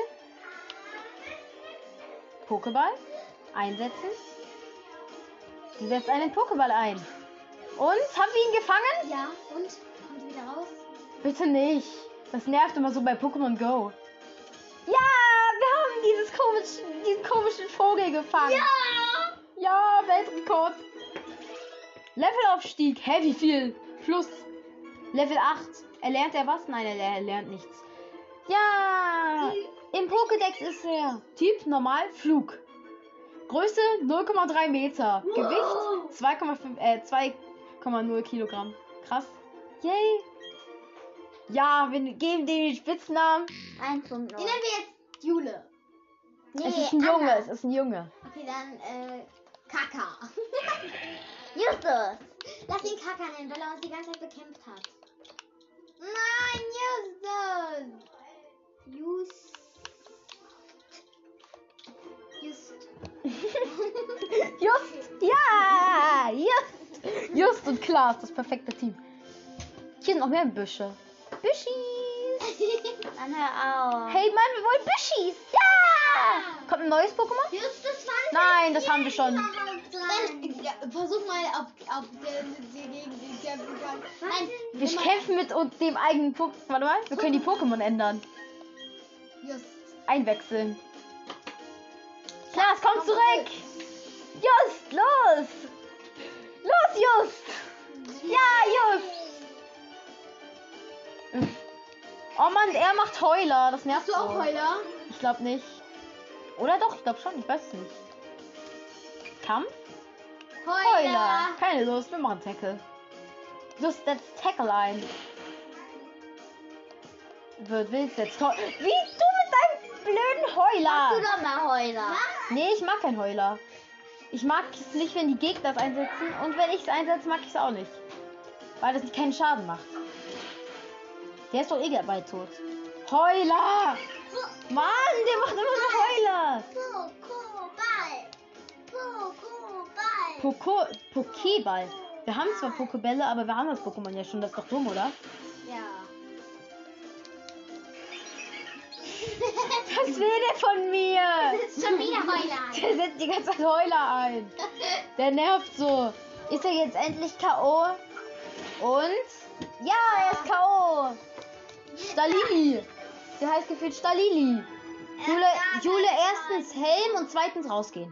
[SPEAKER 1] Pokéball. Einsetzen. Sie setzt einen Pokéball ein. Und? Haben wir ihn gefangen?
[SPEAKER 3] Ja, und? Kommt wieder raus?
[SPEAKER 1] Bitte nicht. Das nervt immer so bei Pokémon Go. Ja, wir haben dieses komisch, diesen komischen Vogel gefangen.
[SPEAKER 3] Ja!
[SPEAKER 1] Ja, Weltrekord. Levelaufstieg. Hä, wie viel? Plus. Level acht. Erlernt er was? Nein, er, er lernt nichts. Ja. Im Pokédex ist er. Typ normal Flug. Größe null Komma drei Meter.
[SPEAKER 3] Wow.
[SPEAKER 1] Gewicht zwei Komma fünf, äh, zwei Komma null Kilogramm. Krass. Yay. Ja, wir geben dem den Spitznamen.
[SPEAKER 2] eins Punkt
[SPEAKER 3] Den
[SPEAKER 2] null.
[SPEAKER 3] nennen wir jetzt Jule.
[SPEAKER 2] Nee,
[SPEAKER 1] es ist ein Junge,
[SPEAKER 2] anders.
[SPEAKER 1] es ist ein Junge.
[SPEAKER 2] Okay, dann, äh, Kaka. Justus. Lass ihn Kaka nennen, weil er uns die ganze Zeit bekämpft hat. Nein, Justus. Just. Just.
[SPEAKER 1] Just, ja, Just. Just und Klaas, das perfekte Team. Hier sind noch mehr Büsche. Büschis.
[SPEAKER 2] Dann hör auf.
[SPEAKER 1] Hey Mann, wir wollen Büschis. Ja. Kommt ein neues Pokémon?
[SPEAKER 2] Justus fand
[SPEAKER 1] Nein, das haben wir schon.
[SPEAKER 3] Dann, ja, versuch mal, ob, ob der mit dir gegen den kämpfen kann. Nein,
[SPEAKER 1] Wir kämpfen mit uns dem eigenen Pokémon. Warte mal, wir können die Pokémon ändern.
[SPEAKER 3] Just.
[SPEAKER 1] Einwechseln. Klaas, komm zurück. Just, los. Los, Just. Ja, Just. Oh Mann, er macht Heuler. Das nervt
[SPEAKER 3] Hast du auch
[SPEAKER 1] so.
[SPEAKER 3] Heuler?
[SPEAKER 1] Ich glaube nicht. Oder doch? Ich glaube schon. Ich weiß es nicht. Kampf? Heuler. Keine Lust. Wir machen Tackle. Just setzt Tackle ein. Wird willst jetzt toll. Wie du mit deinem blöden Heuler.
[SPEAKER 2] Du doch mal Heuler.
[SPEAKER 1] Nee, ich mag keinen Heuler. Ich mag es nicht, wenn die Gegner es einsetzen. Und wenn ich es einsetze, mag ich es auch nicht. Weil das keinen Schaden macht. Der ist doch eh bald tot. Heuler! Mann, der macht immer noch Heuler!
[SPEAKER 2] Pokoball. Pokoball.
[SPEAKER 1] Poko Pokéball. Wir haben zwar Pokébälle, aber wir haben das Pokémon ja schon. Das ist doch dumm, oder?
[SPEAKER 2] Ja.
[SPEAKER 1] Was will der von mir?
[SPEAKER 2] Das ist schon wieder Heuler.
[SPEAKER 1] Der setzt die ganze Zeit Heuler ein. Der nervt so. Ist er jetzt endlich K O? Und? Ja, er ist K O. Stalili. Der heißt gefühlt Stalili. Jule, Jule erstens Helm und zweitens rausgehen.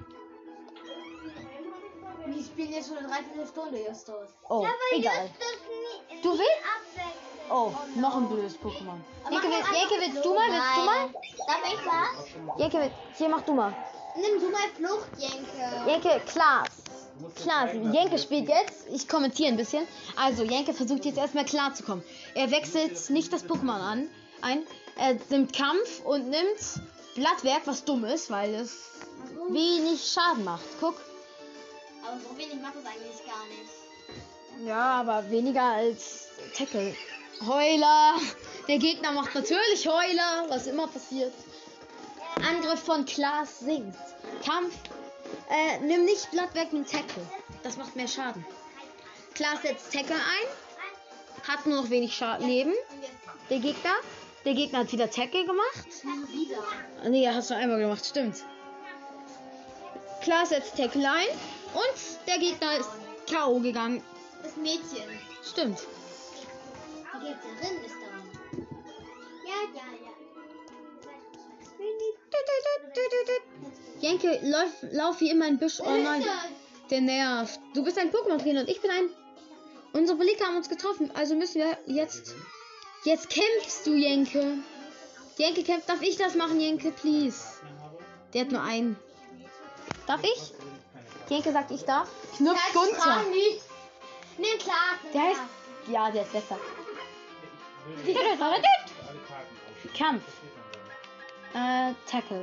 [SPEAKER 3] Wir spielen jetzt schon eine dreiviertel Stunde, Justus.
[SPEAKER 1] Oh,
[SPEAKER 2] Aber
[SPEAKER 1] egal.
[SPEAKER 2] Justus nie,
[SPEAKER 1] Du
[SPEAKER 2] nie
[SPEAKER 1] willst?
[SPEAKER 2] abwechseln.
[SPEAKER 1] Oh, noch ein blödes Pokémon.
[SPEAKER 3] Aber
[SPEAKER 1] Jenke,
[SPEAKER 3] mach
[SPEAKER 1] will-
[SPEAKER 3] doch
[SPEAKER 1] Jenke,
[SPEAKER 3] einfach
[SPEAKER 1] willst du mal? Willst du mal?
[SPEAKER 2] Darf ich was?
[SPEAKER 1] Jenke, will- hier, mach du mal.
[SPEAKER 3] Nimm du mal Flucht, Jenke.
[SPEAKER 1] Jenke, Klaas. Klaas, Jenke spielt jetzt. Ich kommentiere ein bisschen. Also, Jenke versucht jetzt erstmal klar zu kommen. Er wechselt nicht das Pokémon an, ein. Er nimmt Kampf und nimmt Blattwerk, was dumm ist, weil es wenig Schaden macht. Guck.
[SPEAKER 3] Aber so wenig macht es eigentlich gar nicht.
[SPEAKER 1] Ja, aber weniger als Tackle. Heuler. Der Gegner macht natürlich Heuler, was immer passiert. Angriff von Klaas sinkt. Kampf. Äh, nimm nicht Blattwerk, nimm Tackle. Das macht mehr Schaden. Klaas setzt Tackle ein. Hat nur noch wenig Schaden. Leben.
[SPEAKER 3] Und jetzt
[SPEAKER 1] Der Gegner. Der Gegner hat wieder Tackle gemacht.
[SPEAKER 3] wieder.
[SPEAKER 1] Ah, nee, hast du einmal gemacht, stimmt. Klaas setzt Tackle ein. Und der Gegner ist K O gegangen.
[SPEAKER 3] Das Mädchen.
[SPEAKER 1] Stimmt.
[SPEAKER 2] Die Gegnerin ist da. Ja, ja, ja.
[SPEAKER 1] Jenke, lauf, lauf wie immer in Büsch. Oh nein, der nervt. Du bist ein Pokémon-Trainer und ich bin ein... Unsere Blicke haben uns getroffen, also müssen wir jetzt... Jetzt kämpfst du, Jenke. Jenke kämpft. Darf ich das machen, Jenke, please? Der hat nur einen. Darf ich? Jenke sagt, ich darf. Knupf Gunther.
[SPEAKER 3] nicht. Nimm klar.
[SPEAKER 1] Der heißt... Ja, der ist besser. Kampf. Äh, Tackle.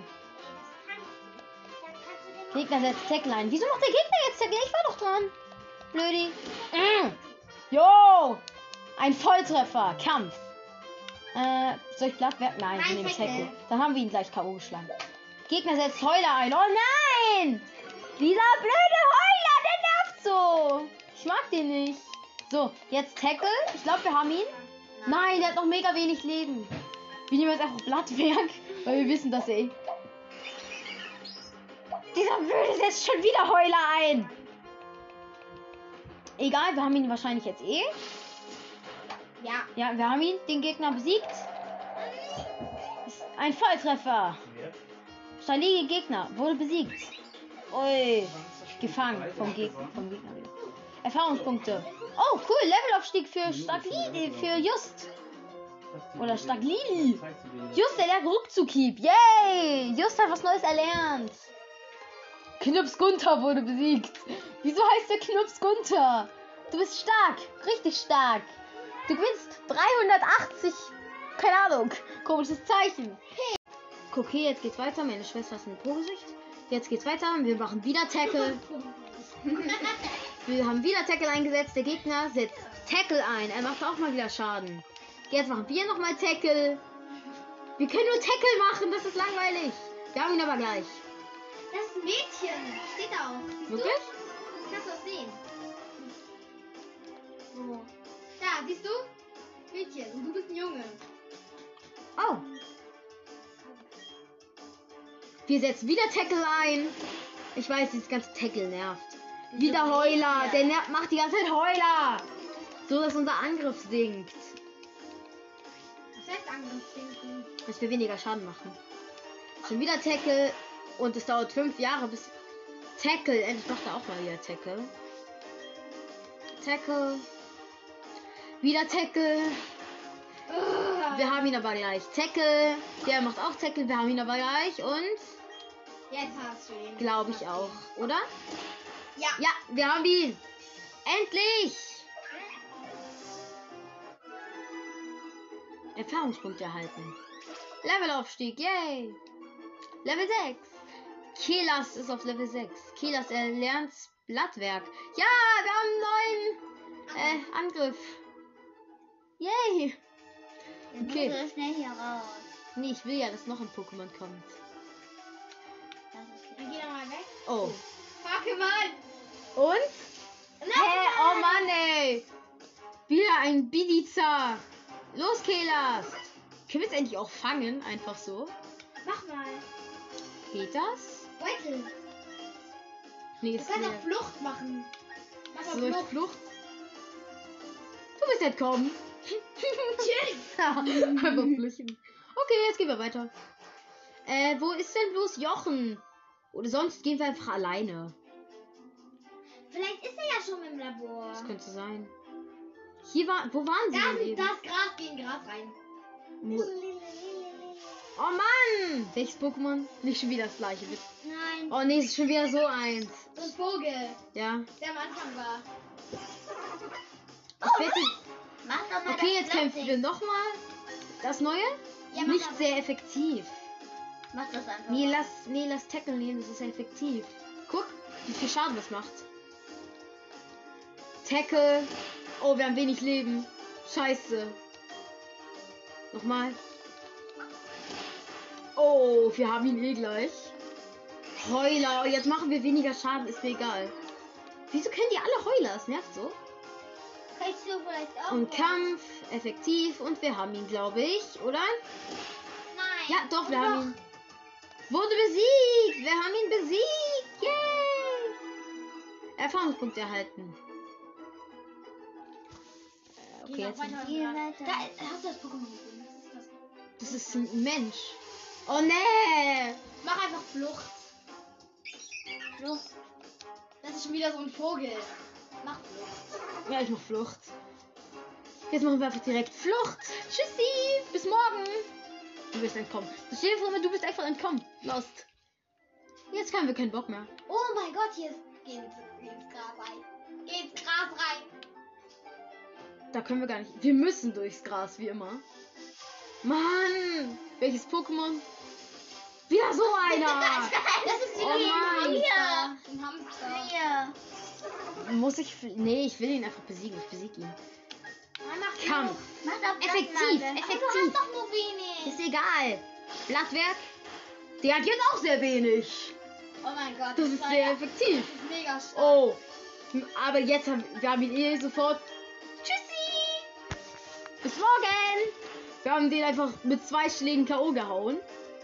[SPEAKER 1] Gegner setzt Tackle ein. Wieso macht der Gegner jetzt Tackle? Ich war doch dran. Blödi. Mm. Jo! Ein Volltreffer. Kampf. Äh, soll ich Blattwerk? Nein, wir
[SPEAKER 3] Nein,
[SPEAKER 1] nehmen
[SPEAKER 3] Tackle.
[SPEAKER 1] Tackle. Dann haben wir ihn gleich K O geschlagen. Gegner setzt Heuler ein. Oh nein! Dieser blöde Heuler, der nervt so. Ich mag den nicht. So, jetzt Tackle. Ich glaube, wir haben ihn. Nein, der hat noch mega wenig Leben. Wir nehmen jetzt einfach Blattwerk, weil wir wissen, dass er... eh- Dieser Blöde setzt schon wieder Heuler ein. Egal, wir haben ihn wahrscheinlich jetzt eh.
[SPEAKER 3] Ja.
[SPEAKER 1] Ja, wir haben ihn, den Gegner besiegt. Ist ein Volltreffer. Stalige Gegner, wurde besiegt. Ui, gefangen vom Gegner. Vom Gegner. Erfahrungspunkte. Oh, cool, Levelaufstieg für Staglili, für Just. Oder Staglili. Just, der lernt Rückzughieb. Yay! Just hat was Neues erlernt. Knups Gunther wurde besiegt. Wieso heißt der Knups Gunther? Du bist stark. Richtig stark. Du gewinnst dreihundertachtzig. Keine Ahnung. Komisches Zeichen. Okay, jetzt geht's weiter. Meine Schwester ist ein Po-Gesicht. Jetzt geht's weiter. Wir machen wieder Tackle. Wir haben wieder Tackle eingesetzt. Der Gegner setzt Tackle ein. Er macht auch mal wieder Schaden. Jetzt machen wir nochmal Tackle. Wir können nur Tackle machen. Das ist langweilig. Wir haben ihn aber gleich.
[SPEAKER 3] Das ist ein Mädchen. Steht da auch. Siehst
[SPEAKER 1] Wirklich?
[SPEAKER 3] du? Kannst du das sehen? Wo? Da, siehst du? Mädchen. Und du bist ein Junge.
[SPEAKER 1] Oh. Wir setzen wieder Tackle ein. Ich weiß, dieses ganze Tackle nervt. Wieder Heuler. Der nervt, macht die ganze Zeit Heuler. So, dass unser Angriff sinkt.
[SPEAKER 3] Was heißt Angriffsdenken?
[SPEAKER 1] Dass wir weniger Schaden machen. Schon wieder Tackle. Und es dauert fünf Jahre bis... Tackle. Endlich macht er auch mal wieder Tackle. Tackle. Wieder Tackle. Wir haben ihn aber gleich. Tackle. Der macht auch Tackle. Wir haben ihn aber gleich. Und...
[SPEAKER 3] Jetzt hast du ihn.
[SPEAKER 1] Glaube ich auch. Oder?
[SPEAKER 3] Ja.
[SPEAKER 1] Ja, wir haben ihn. Endlich. Erfahrungspunkte erhalten. Levelaufstieg. Yay. Level sechs. Kelas ist auf Level sechs. Kelas erlernt Blattwerk. Ja, wir haben einen neuen äh, Angriff. Yay. Okay.
[SPEAKER 2] So schnell hier raus.
[SPEAKER 1] Nee, ich will ja, dass noch ein Pokémon kommt.
[SPEAKER 2] Das ist
[SPEAKER 3] Dann geh doch mal weg.
[SPEAKER 1] Oh.
[SPEAKER 3] Pokémon.
[SPEAKER 1] Und? Hä? Oh Mann, ey. Wieder ein Bidiza. Los, Kelas. Können wir es endlich auch fangen? Einfach so.
[SPEAKER 3] Mach mal.
[SPEAKER 1] Geht das?
[SPEAKER 3] Beutel.
[SPEAKER 1] Nee,
[SPEAKER 3] Du
[SPEAKER 1] ist
[SPEAKER 3] kannst
[SPEAKER 1] leer.
[SPEAKER 3] auch Flucht machen. Mach
[SPEAKER 1] So,
[SPEAKER 3] mal
[SPEAKER 1] ich
[SPEAKER 3] Flucht.
[SPEAKER 1] Flucht. Du bist entkommen.
[SPEAKER 3] Tschüss.
[SPEAKER 1] Ja, einfach flüchten. Okay, jetzt gehen wir weiter. Äh, wo ist denn bloß Jochen? Oder sonst gehen wir einfach alleine.
[SPEAKER 3] Vielleicht ist er ja schon im Labor.
[SPEAKER 1] Das könnte sein. Hier war, wo waren sie
[SPEAKER 3] Da
[SPEAKER 1] denn
[SPEAKER 3] ist
[SPEAKER 1] eben?
[SPEAKER 3] das Gras, geh in Gras rein.
[SPEAKER 1] Wo- Oh Mann! Welches Pokémon? Nicht schon wieder das gleiche. bitte.
[SPEAKER 2] Nein.
[SPEAKER 1] Oh nee, es ist schon wieder so eins.
[SPEAKER 3] So ein Vogel,
[SPEAKER 1] Ja.
[SPEAKER 3] der am Anfang war.
[SPEAKER 1] Ich wette,
[SPEAKER 2] Mach doch mal
[SPEAKER 1] okay,
[SPEAKER 2] das
[SPEAKER 1] jetzt kämpfen
[SPEAKER 2] Plastik.
[SPEAKER 1] wir nochmal. Das neue?
[SPEAKER 3] Ja, mach
[SPEAKER 1] Nicht
[SPEAKER 3] aber.
[SPEAKER 1] sehr effektiv.
[SPEAKER 2] Mach das einfach.
[SPEAKER 1] Nee,
[SPEAKER 2] mal.
[SPEAKER 1] lass, nee, lass Tackle nehmen, das ist effektiv. Guck, wie viel Schaden das macht. Tackle. Oh, wir haben wenig Leben. Scheiße. Nochmal. Oh, wir haben ihn eh gleich. Heuler. Oh, jetzt machen wir weniger Schaden, ist mir egal. Wieso kennen die alle Heuler? Es nervt so.
[SPEAKER 2] Kannst du vielleicht auch.
[SPEAKER 1] Und Kampf, effektiv. Und wir haben ihn, glaube ich, oder?
[SPEAKER 2] Nein.
[SPEAKER 1] Ja, doch, wir haben ihn. Wurde besiegt. Wir haben ihn besiegt. Yay. Erfahrungspunkte erhalten. Äh, okay,
[SPEAKER 3] Geh noch
[SPEAKER 1] jetzt.
[SPEAKER 3] weiter.
[SPEAKER 2] Geh weiter.
[SPEAKER 3] Da hast du das Pokémon gefunden. Das ist das.
[SPEAKER 1] Das ist ein Mensch. Oh nee.
[SPEAKER 3] Mach einfach Flucht.
[SPEAKER 2] Flucht.
[SPEAKER 3] Das ist schon wieder so ein Vogel. Mach Flucht.
[SPEAKER 1] Ja, ich mach Flucht. Jetzt machen wir einfach direkt Flucht. Tschüssi. Bis morgen. Du bist entkommen. Stell dir vor, du bist einfach entkommen. Lost. Jetzt haben wir keinen Bock mehr.
[SPEAKER 3] Oh mein Gott, hier ist. Geh ins, geh ins Gras rein. Geh ins Gras rein.
[SPEAKER 1] Da können wir gar nicht. Wir müssen durchs Gras, wie immer. Mann. Welches Pokémon? Wieder so einer.
[SPEAKER 3] Das ist wieder
[SPEAKER 1] Oh
[SPEAKER 3] wie
[SPEAKER 1] Mann.
[SPEAKER 3] ein Hamster. Ein Hamster.
[SPEAKER 2] Hier.
[SPEAKER 1] Muss ich. fl- Nee, ich will ihn einfach besiegen. Ich besiege ihn.
[SPEAKER 3] Ah, mach
[SPEAKER 1] Kampf.
[SPEAKER 3] Flucht.
[SPEAKER 2] Mach doch
[SPEAKER 1] Effektiv.
[SPEAKER 2] Blattnase.
[SPEAKER 3] Aber du
[SPEAKER 1] Effektiv.
[SPEAKER 3] hast doch nur wenig.
[SPEAKER 1] Ist egal. Blattwerk. Der hat jetzt auch sehr wenig.
[SPEAKER 3] Oh mein Gott.
[SPEAKER 1] Das ist
[SPEAKER 3] war
[SPEAKER 1] sehr
[SPEAKER 3] ja-
[SPEAKER 1] effektiv.
[SPEAKER 3] Das ist mega stark.
[SPEAKER 1] Oh. Aber jetzt haben wir haben ihn eh sofort. Tschüssi. Bis morgen. Wir haben den einfach mit zwei Schlägen K O gehauen.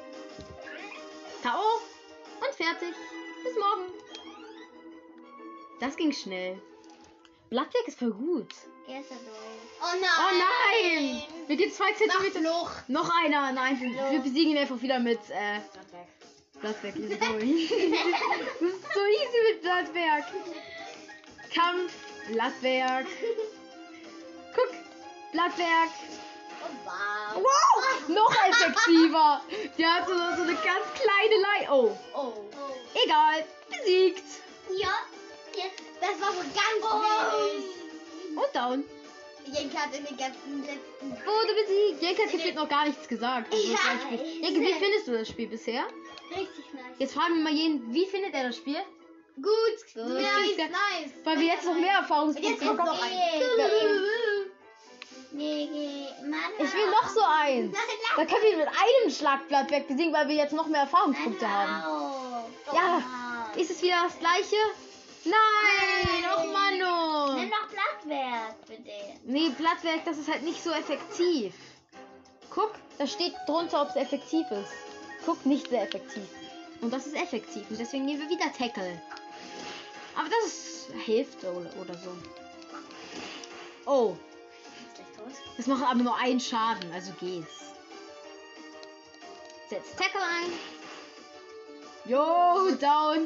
[SPEAKER 1] K O. Und fertig. Bis morgen. Das ging schnell. Blattwerk ist voll gut.
[SPEAKER 2] Geh ist er durch.
[SPEAKER 3] Oh nein.
[SPEAKER 1] Oh nein! Wir gehen zwei
[SPEAKER 3] Mach
[SPEAKER 1] Zentimeter.
[SPEAKER 3] Flucht.
[SPEAKER 1] Noch einer. Nein, wir, wir besiegen ihn einfach wieder mit äh, Blattwerk. Easy going. Das ist so easy mit Blattwerk. Kampf, Blattwerk. Guck, Blattwerk.
[SPEAKER 3] Oh wow.
[SPEAKER 1] Wow, noch effektiver. Der hat so, so eine ganz kleine Lei. Oh,
[SPEAKER 3] Oh.
[SPEAKER 1] egal. Besiegt.
[SPEAKER 2] Ja. Jetzt.
[SPEAKER 3] Das war so ganz wenig.
[SPEAKER 1] Und down.
[SPEAKER 3] Jenke hat in den ganzen letzten...
[SPEAKER 1] Wurde besiegt. Jenke hat gefühlt noch gar nichts gesagt. Also
[SPEAKER 2] Ja,
[SPEAKER 1] das war ein Spiel. Jenke, wie findest du das Spiel bisher?
[SPEAKER 2] Richtig nice.
[SPEAKER 1] Jetzt fragen wir mal jeden, wie findet er das Spiel?
[SPEAKER 3] Gut,
[SPEAKER 1] Gut.
[SPEAKER 3] nice,
[SPEAKER 1] Ja.
[SPEAKER 3] nice.
[SPEAKER 1] Weil wir jetzt noch mehr Erfahrungspunkte
[SPEAKER 3] Jetzt kommt
[SPEAKER 1] bekommen.
[SPEAKER 3] noch ein.
[SPEAKER 2] Nee, nee, Mann.
[SPEAKER 1] Ich will noch so eins. Da können wir ihn mit einem Schlagblatt wegbesiegen, weil wir jetzt noch mehr Erfahrungspunkte haben. Ja, ist es wieder das gleiche? Nein, och Mano.
[SPEAKER 2] Nimm noch Blattwert, bitte.
[SPEAKER 1] Nee, Blattwerk, das ist halt nicht so effektiv. Guck, da steht drunter, ob es effektiv ist. Guck, nicht sehr effektiv. Und das ist effektiv und deswegen nehmen wir wieder Tackle. Aber das hilft oder, oder so. Oh, das macht aber nur einen Schaden, also geht's. Setz Tackle ein. Jo, down.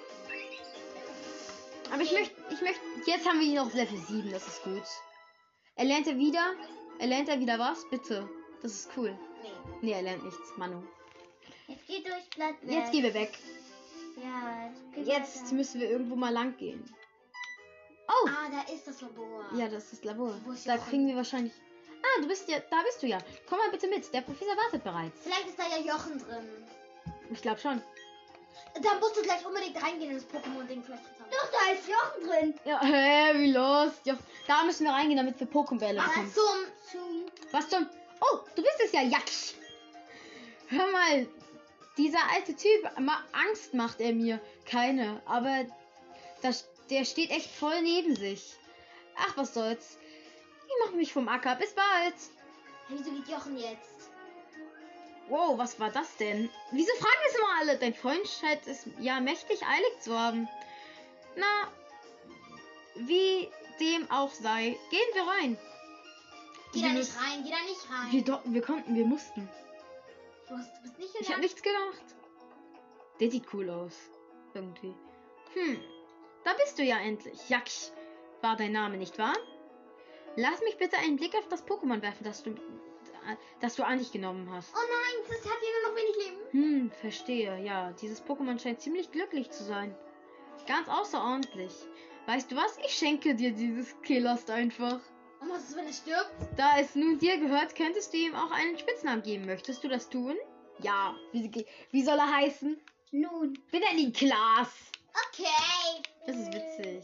[SPEAKER 1] Aber ich möchte, ich möchte, jetzt haben wir ihn auf Level sieben, das ist gut. Er lernt er wieder, er lernt er wieder was, bitte. Das ist cool.
[SPEAKER 2] Nee.
[SPEAKER 1] Nee, er lernt nichts, Manu.
[SPEAKER 2] Jetzt geh durch Blattwert.
[SPEAKER 1] Jetzt gehen wir weg.
[SPEAKER 2] Ja, geh
[SPEAKER 1] Jetzt
[SPEAKER 2] weiter.
[SPEAKER 1] müssen wir irgendwo mal lang gehen. Oh,
[SPEAKER 3] Ah, da ist das Labor.
[SPEAKER 1] ja, das ist das Labor.
[SPEAKER 3] Wo ist
[SPEAKER 1] Da
[SPEAKER 3] Jochen?
[SPEAKER 1] kriegen wir wahrscheinlich... Ah, du bist ja, da bist du ja. Komm mal bitte mit, der Professor wartet bereits.
[SPEAKER 3] Vielleicht ist da ja Jochen drin.
[SPEAKER 1] Ich glaube schon.
[SPEAKER 3] Da musst du gleich unbedingt reingehen in das Pokémon-Ding vielleicht haben.
[SPEAKER 2] Doch, da ist Jochen drin.
[SPEAKER 1] Ja, hä, wie los? Ja, da müssen wir reingehen, damit wir Pokébälle
[SPEAKER 3] Aber
[SPEAKER 1] bekommen.
[SPEAKER 3] zum, zum...
[SPEAKER 1] Was zum... Oh, du bist es ja, Jack. Hör mal, dieser alte Typ, ma- Angst macht er mir. Keine, aber das, der steht echt voll neben sich. Ach, was soll's. Ich mach mich vom Acker. Bis bald.
[SPEAKER 3] Wieso geht Jochen jetzt?
[SPEAKER 1] Wow, was war das denn? Wieso fragen es immer alle? Dein Freund scheint es ja mächtig eilig zu haben. Na, wie dem auch sei, gehen wir rein.
[SPEAKER 3] Geh
[SPEAKER 1] Wir
[SPEAKER 3] da nicht
[SPEAKER 1] müssen-
[SPEAKER 3] rein, geh da nicht rein.
[SPEAKER 1] Wir, do- wir konnten, wir mussten.
[SPEAKER 3] Du, hast, du bist nicht
[SPEAKER 1] Ich habe
[SPEAKER 3] gegangen.
[SPEAKER 1] nichts gemacht. Der sieht cool aus. Irgendwie. Hm, da bist du ja endlich. Jack war dein Name, nicht wahr? Lass mich bitte einen Blick auf das Pokémon werfen, das du, das du an dich genommen hast.
[SPEAKER 3] Oh nein, das hat hier nur noch wenig Leben.
[SPEAKER 1] Hm, verstehe. Ja, dieses Pokémon scheint ziemlich glücklich zu sein. Ganz außerordentlich. Weißt du was? Ich schenke dir dieses Killerst einfach.
[SPEAKER 3] Und was ist, wenn er stirbt?
[SPEAKER 1] Da es nun dir gehört, könntest du ihm auch einen Spitznamen geben. Möchtest du das tun? Ja. Wie, wie soll er heißen?
[SPEAKER 2] Nun.
[SPEAKER 1] Wir nennen ihn Klaas.
[SPEAKER 3] Okay.
[SPEAKER 1] Das ist witzig.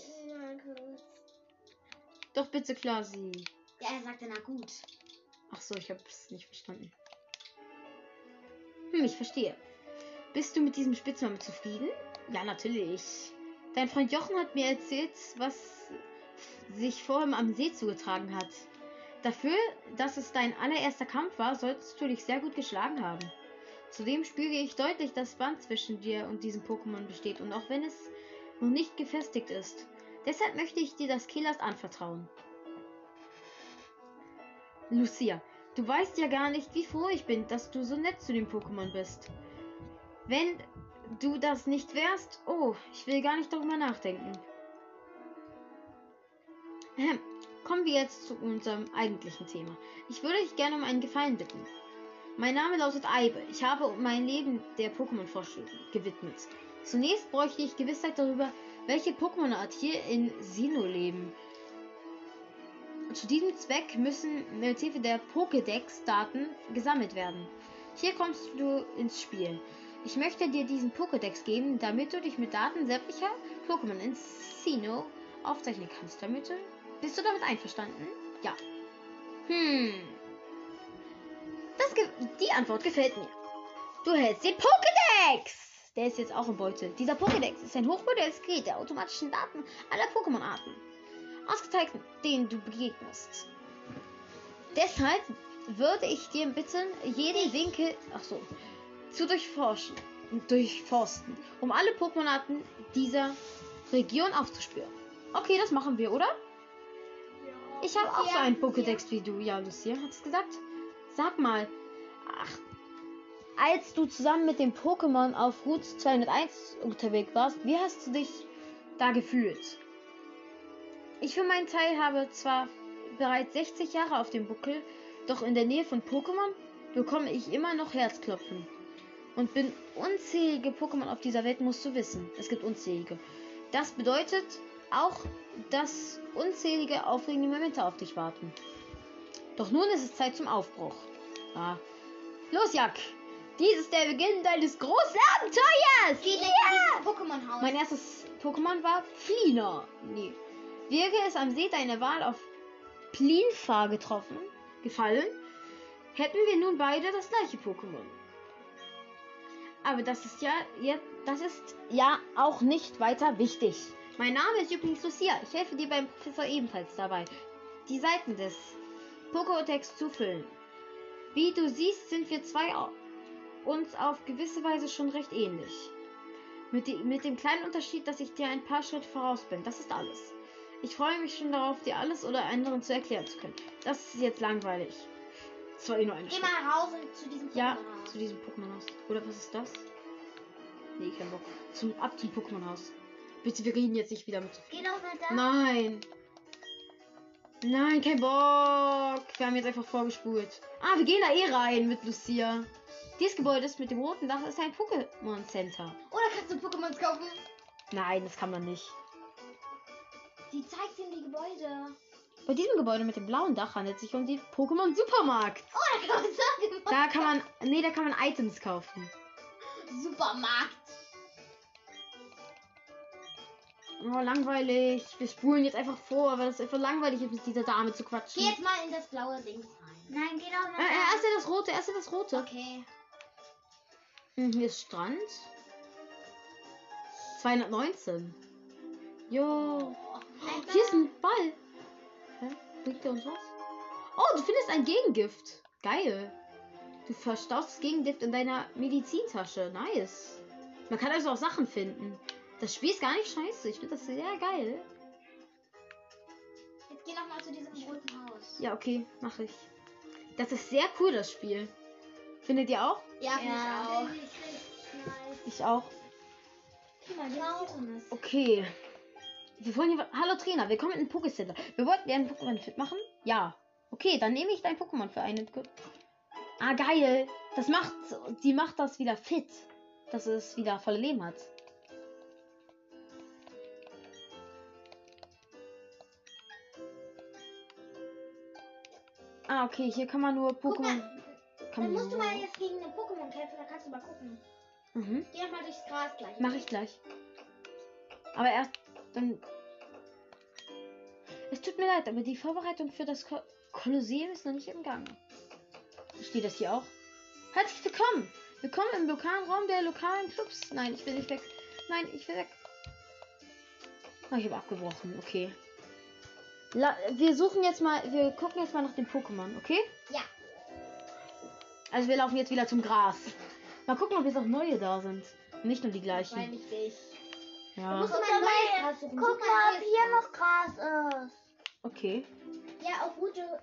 [SPEAKER 1] Doch bitte, Klasi.
[SPEAKER 3] Ja, er sagte, na gut.
[SPEAKER 1] Ach so, ich habe es nicht verstanden. Hm, ich verstehe. Bist du mit diesem Spitznamen zufrieden? Ja, natürlich. Dein Freund Jochen hat mir erzählt, was sich vorhin am See zugetragen hat. Dafür, dass es dein allererster Kampf war, solltest du dich sehr gut geschlagen haben. Zudem spüre ich deutlich, dass Band zwischen dir und diesem Pokémon besteht und auch wenn es noch nicht gefestigt ist. Deshalb möchte ich dir das Killerst anvertrauen. Lucia, du weißt ja gar nicht, wie froh ich bin, dass du so nett zu dem Pokémon bist. Wenn du das nicht wärst, oh, ich will gar nicht darüber nachdenken. Ahem. Kommen wir jetzt zu unserem eigentlichen Thema. Ich würde dich gerne um einen Gefallen bitten. Mein Name lautet Aibe. Ich habe mein Leben der Pokémon-Forschung gewidmet. Zunächst bräuchte ich Gewissheit darüber, welche Pokémon-Art hier in Sinnoh leben. Zu diesem Zweck müssen mit Hilfe der Pokédex-Daten gesammelt werden. Hier kommst du ins Spiel. Ich möchte dir diesen Pokédex geben, damit du dich mit Daten sämtlicher Pokémon in Sinnoh aufzeichnen kannst. Damit du Bist du damit einverstanden? Ja. Hm. Das ge die Antwort gefällt mir. Du hältst den Pokédex! Der ist jetzt auch im Beutel. Dieser Pokédex ist ein hochmodernes Gerät der automatischen Daten aller Pokémon-Arten. Ausgezeichnet, denen du begegnest. Deshalb würde ich dir bitten, jeden Winkel ach so, zu durchforschen, durchforsten, um alle Pokémon-Arten dieser Region aufzuspüren. Okay, das machen wir, oder? Ich habe auch so einen Pokédex wie du. Ja, Lucia hat es gesagt. Sag mal, ach, als du zusammen mit dem Pokémon auf Route zweihunderteins unterwegs warst, wie hast du dich da gefühlt? Ich für meinen Teil habe zwar bereits sechzig Jahre auf dem Buckel, doch in der Nähe von Pokémon bekomme ich immer noch Herzklopfen. Und bin unzählige Pokémon auf dieser Welt, musst du wissen. Es gibt unzählige. Das bedeutet, auch, dass unzählige aufregende Momente auf dich warten. Doch nun ist es Zeit zum Aufbruch. Ah. Los, Jack! Dies ist der Beginn deines großen Abenteuers!
[SPEAKER 3] Geh yeah! Pokémon-Haus.
[SPEAKER 1] Mein erstes Pokémon war Fliener. Nee. Wäre es am See deine Wahl auf Plinfa getroffen, gefallen, hätten wir nun beide das gleiche Pokémon. Aber das ist ja, ja, das ist ja auch nicht weiter wichtig. Mein Name ist übrigens Lucia. Ich helfe dir beim Professor ebenfalls dabei, die Seiten des Pokédex zu füllen. Wie du siehst, sind wir zwei uns auf gewisse Weise schon recht ähnlich. Mit, die, mit dem kleinen Unterschied, dass ich dir ein paar Schritte voraus bin. Das ist alles. Ich freue mich schon darauf, dir alles oder anderen zu erklären zu können. Das ist jetzt langweilig. Das war eh nur ein
[SPEAKER 3] Geh
[SPEAKER 1] Schritt.
[SPEAKER 3] mal raus und zu diesem
[SPEAKER 1] Ja,
[SPEAKER 3] Pokémon-Haus.
[SPEAKER 1] zu diesem Pokémon-Haus. Oder was ist das? Nee, kein Bock. Zum, ab zum Pokémon-Haus. Bitte, wir reden jetzt nicht wieder mit.
[SPEAKER 3] Geh doch mal da.
[SPEAKER 1] Nein. Nein, kein Bock. Wir haben jetzt einfach vorgespult. Ah, wir gehen da eh rein mit Lucia. Dieses Gebäude ist mit dem roten Dach ist ein Pokémon Center.
[SPEAKER 3] Oder kannst du Pokémons kaufen?
[SPEAKER 1] Nein, das kann man nicht.
[SPEAKER 3] Die zeigt ihm die Gebäude.
[SPEAKER 1] Bei diesem Gebäude mit dem blauen Dach handelt es sich um den Pokémon Supermarkt.
[SPEAKER 3] Oh, da kann man sagen.
[SPEAKER 1] Da kann man, nee, da kann man Items kaufen.
[SPEAKER 3] Supermarkt.
[SPEAKER 1] Oh, langweilig. Wir spulen jetzt einfach vor, weil es einfach langweilig ist, mit dieser Dame zu quatschen.
[SPEAKER 3] Geh jetzt mal in das blaue Ding rein. Nein, geh doch mal
[SPEAKER 1] Äh, äh, erst das rote, erst das rote.
[SPEAKER 3] Okay.
[SPEAKER 1] Hm, hier ist Strand. zweihundertneunzehn. Jo. Hier ist ein Ball. Hä? Bringt der uns was? Oh, du findest ein Gegengift. Geil. Du verstaust das Gegengift in deiner Medizintasche. Nice. Man kann also auch Sachen finden. Das Spiel ist gar nicht scheiße. Ich finde das sehr geil.
[SPEAKER 3] Jetzt geh noch mal zu diesem roten Haus.
[SPEAKER 1] Ja, okay, mache ich. Das ist sehr cool, das Spiel. Findet ihr auch?
[SPEAKER 3] Ja, finde
[SPEAKER 2] Ja.
[SPEAKER 3] ich auch.
[SPEAKER 1] Ich auch.
[SPEAKER 3] Guck mal, genau drin ist.
[SPEAKER 1] Okay. Wir wollen hier... Hallo Trainer, willkommen in Pokécenter. Wir wollten dir einen Pokémon fit machen? Ja. Okay, dann nehme ich dein Pokémon für einen... Ah, geil. Das macht... Die macht das wieder fit. Dass es wieder volle Leben hat. Ah, okay, hier kann man nur
[SPEAKER 3] Guck
[SPEAKER 1] Pokémon...
[SPEAKER 3] mal,
[SPEAKER 1] Kann
[SPEAKER 3] Dann
[SPEAKER 1] man
[SPEAKER 3] musst du
[SPEAKER 1] nur...
[SPEAKER 3] mal jetzt gegen den Pokémon kämpfen, dann kannst du mal gucken.
[SPEAKER 1] Mhm.
[SPEAKER 3] Geh doch mal durchs Gras gleich.
[SPEAKER 1] Mach ich gleich. Aber erst dann... Es tut mir leid, aber die Vorbereitung für das Ko Kolosseum ist noch nicht im Gang. Steht das hier auch? Herzlich willkommen! Willkommen im lokalen Raum der lokalen Clubs. Nein, ich will nicht weg. Nein, ich will weg. Oh, ich habe abgebrochen. Okay. La wir suchen jetzt mal... Wir gucken jetzt mal nach dem Pokémon, okay?
[SPEAKER 3] Ja.
[SPEAKER 1] Also wir laufen jetzt wieder zum Gras. Mal gucken, ob jetzt auch neue da sind. Nicht nur die gleichen.
[SPEAKER 3] Wahrscheinlich nicht.
[SPEAKER 1] Ja.
[SPEAKER 3] Musst du mal ein neues Gras suchen.
[SPEAKER 2] Guck
[SPEAKER 3] Such
[SPEAKER 2] mal, ob
[SPEAKER 3] neues
[SPEAKER 2] hier
[SPEAKER 3] Gras.
[SPEAKER 2] noch Gras ist.
[SPEAKER 1] Okay.
[SPEAKER 3] Ja, auch gute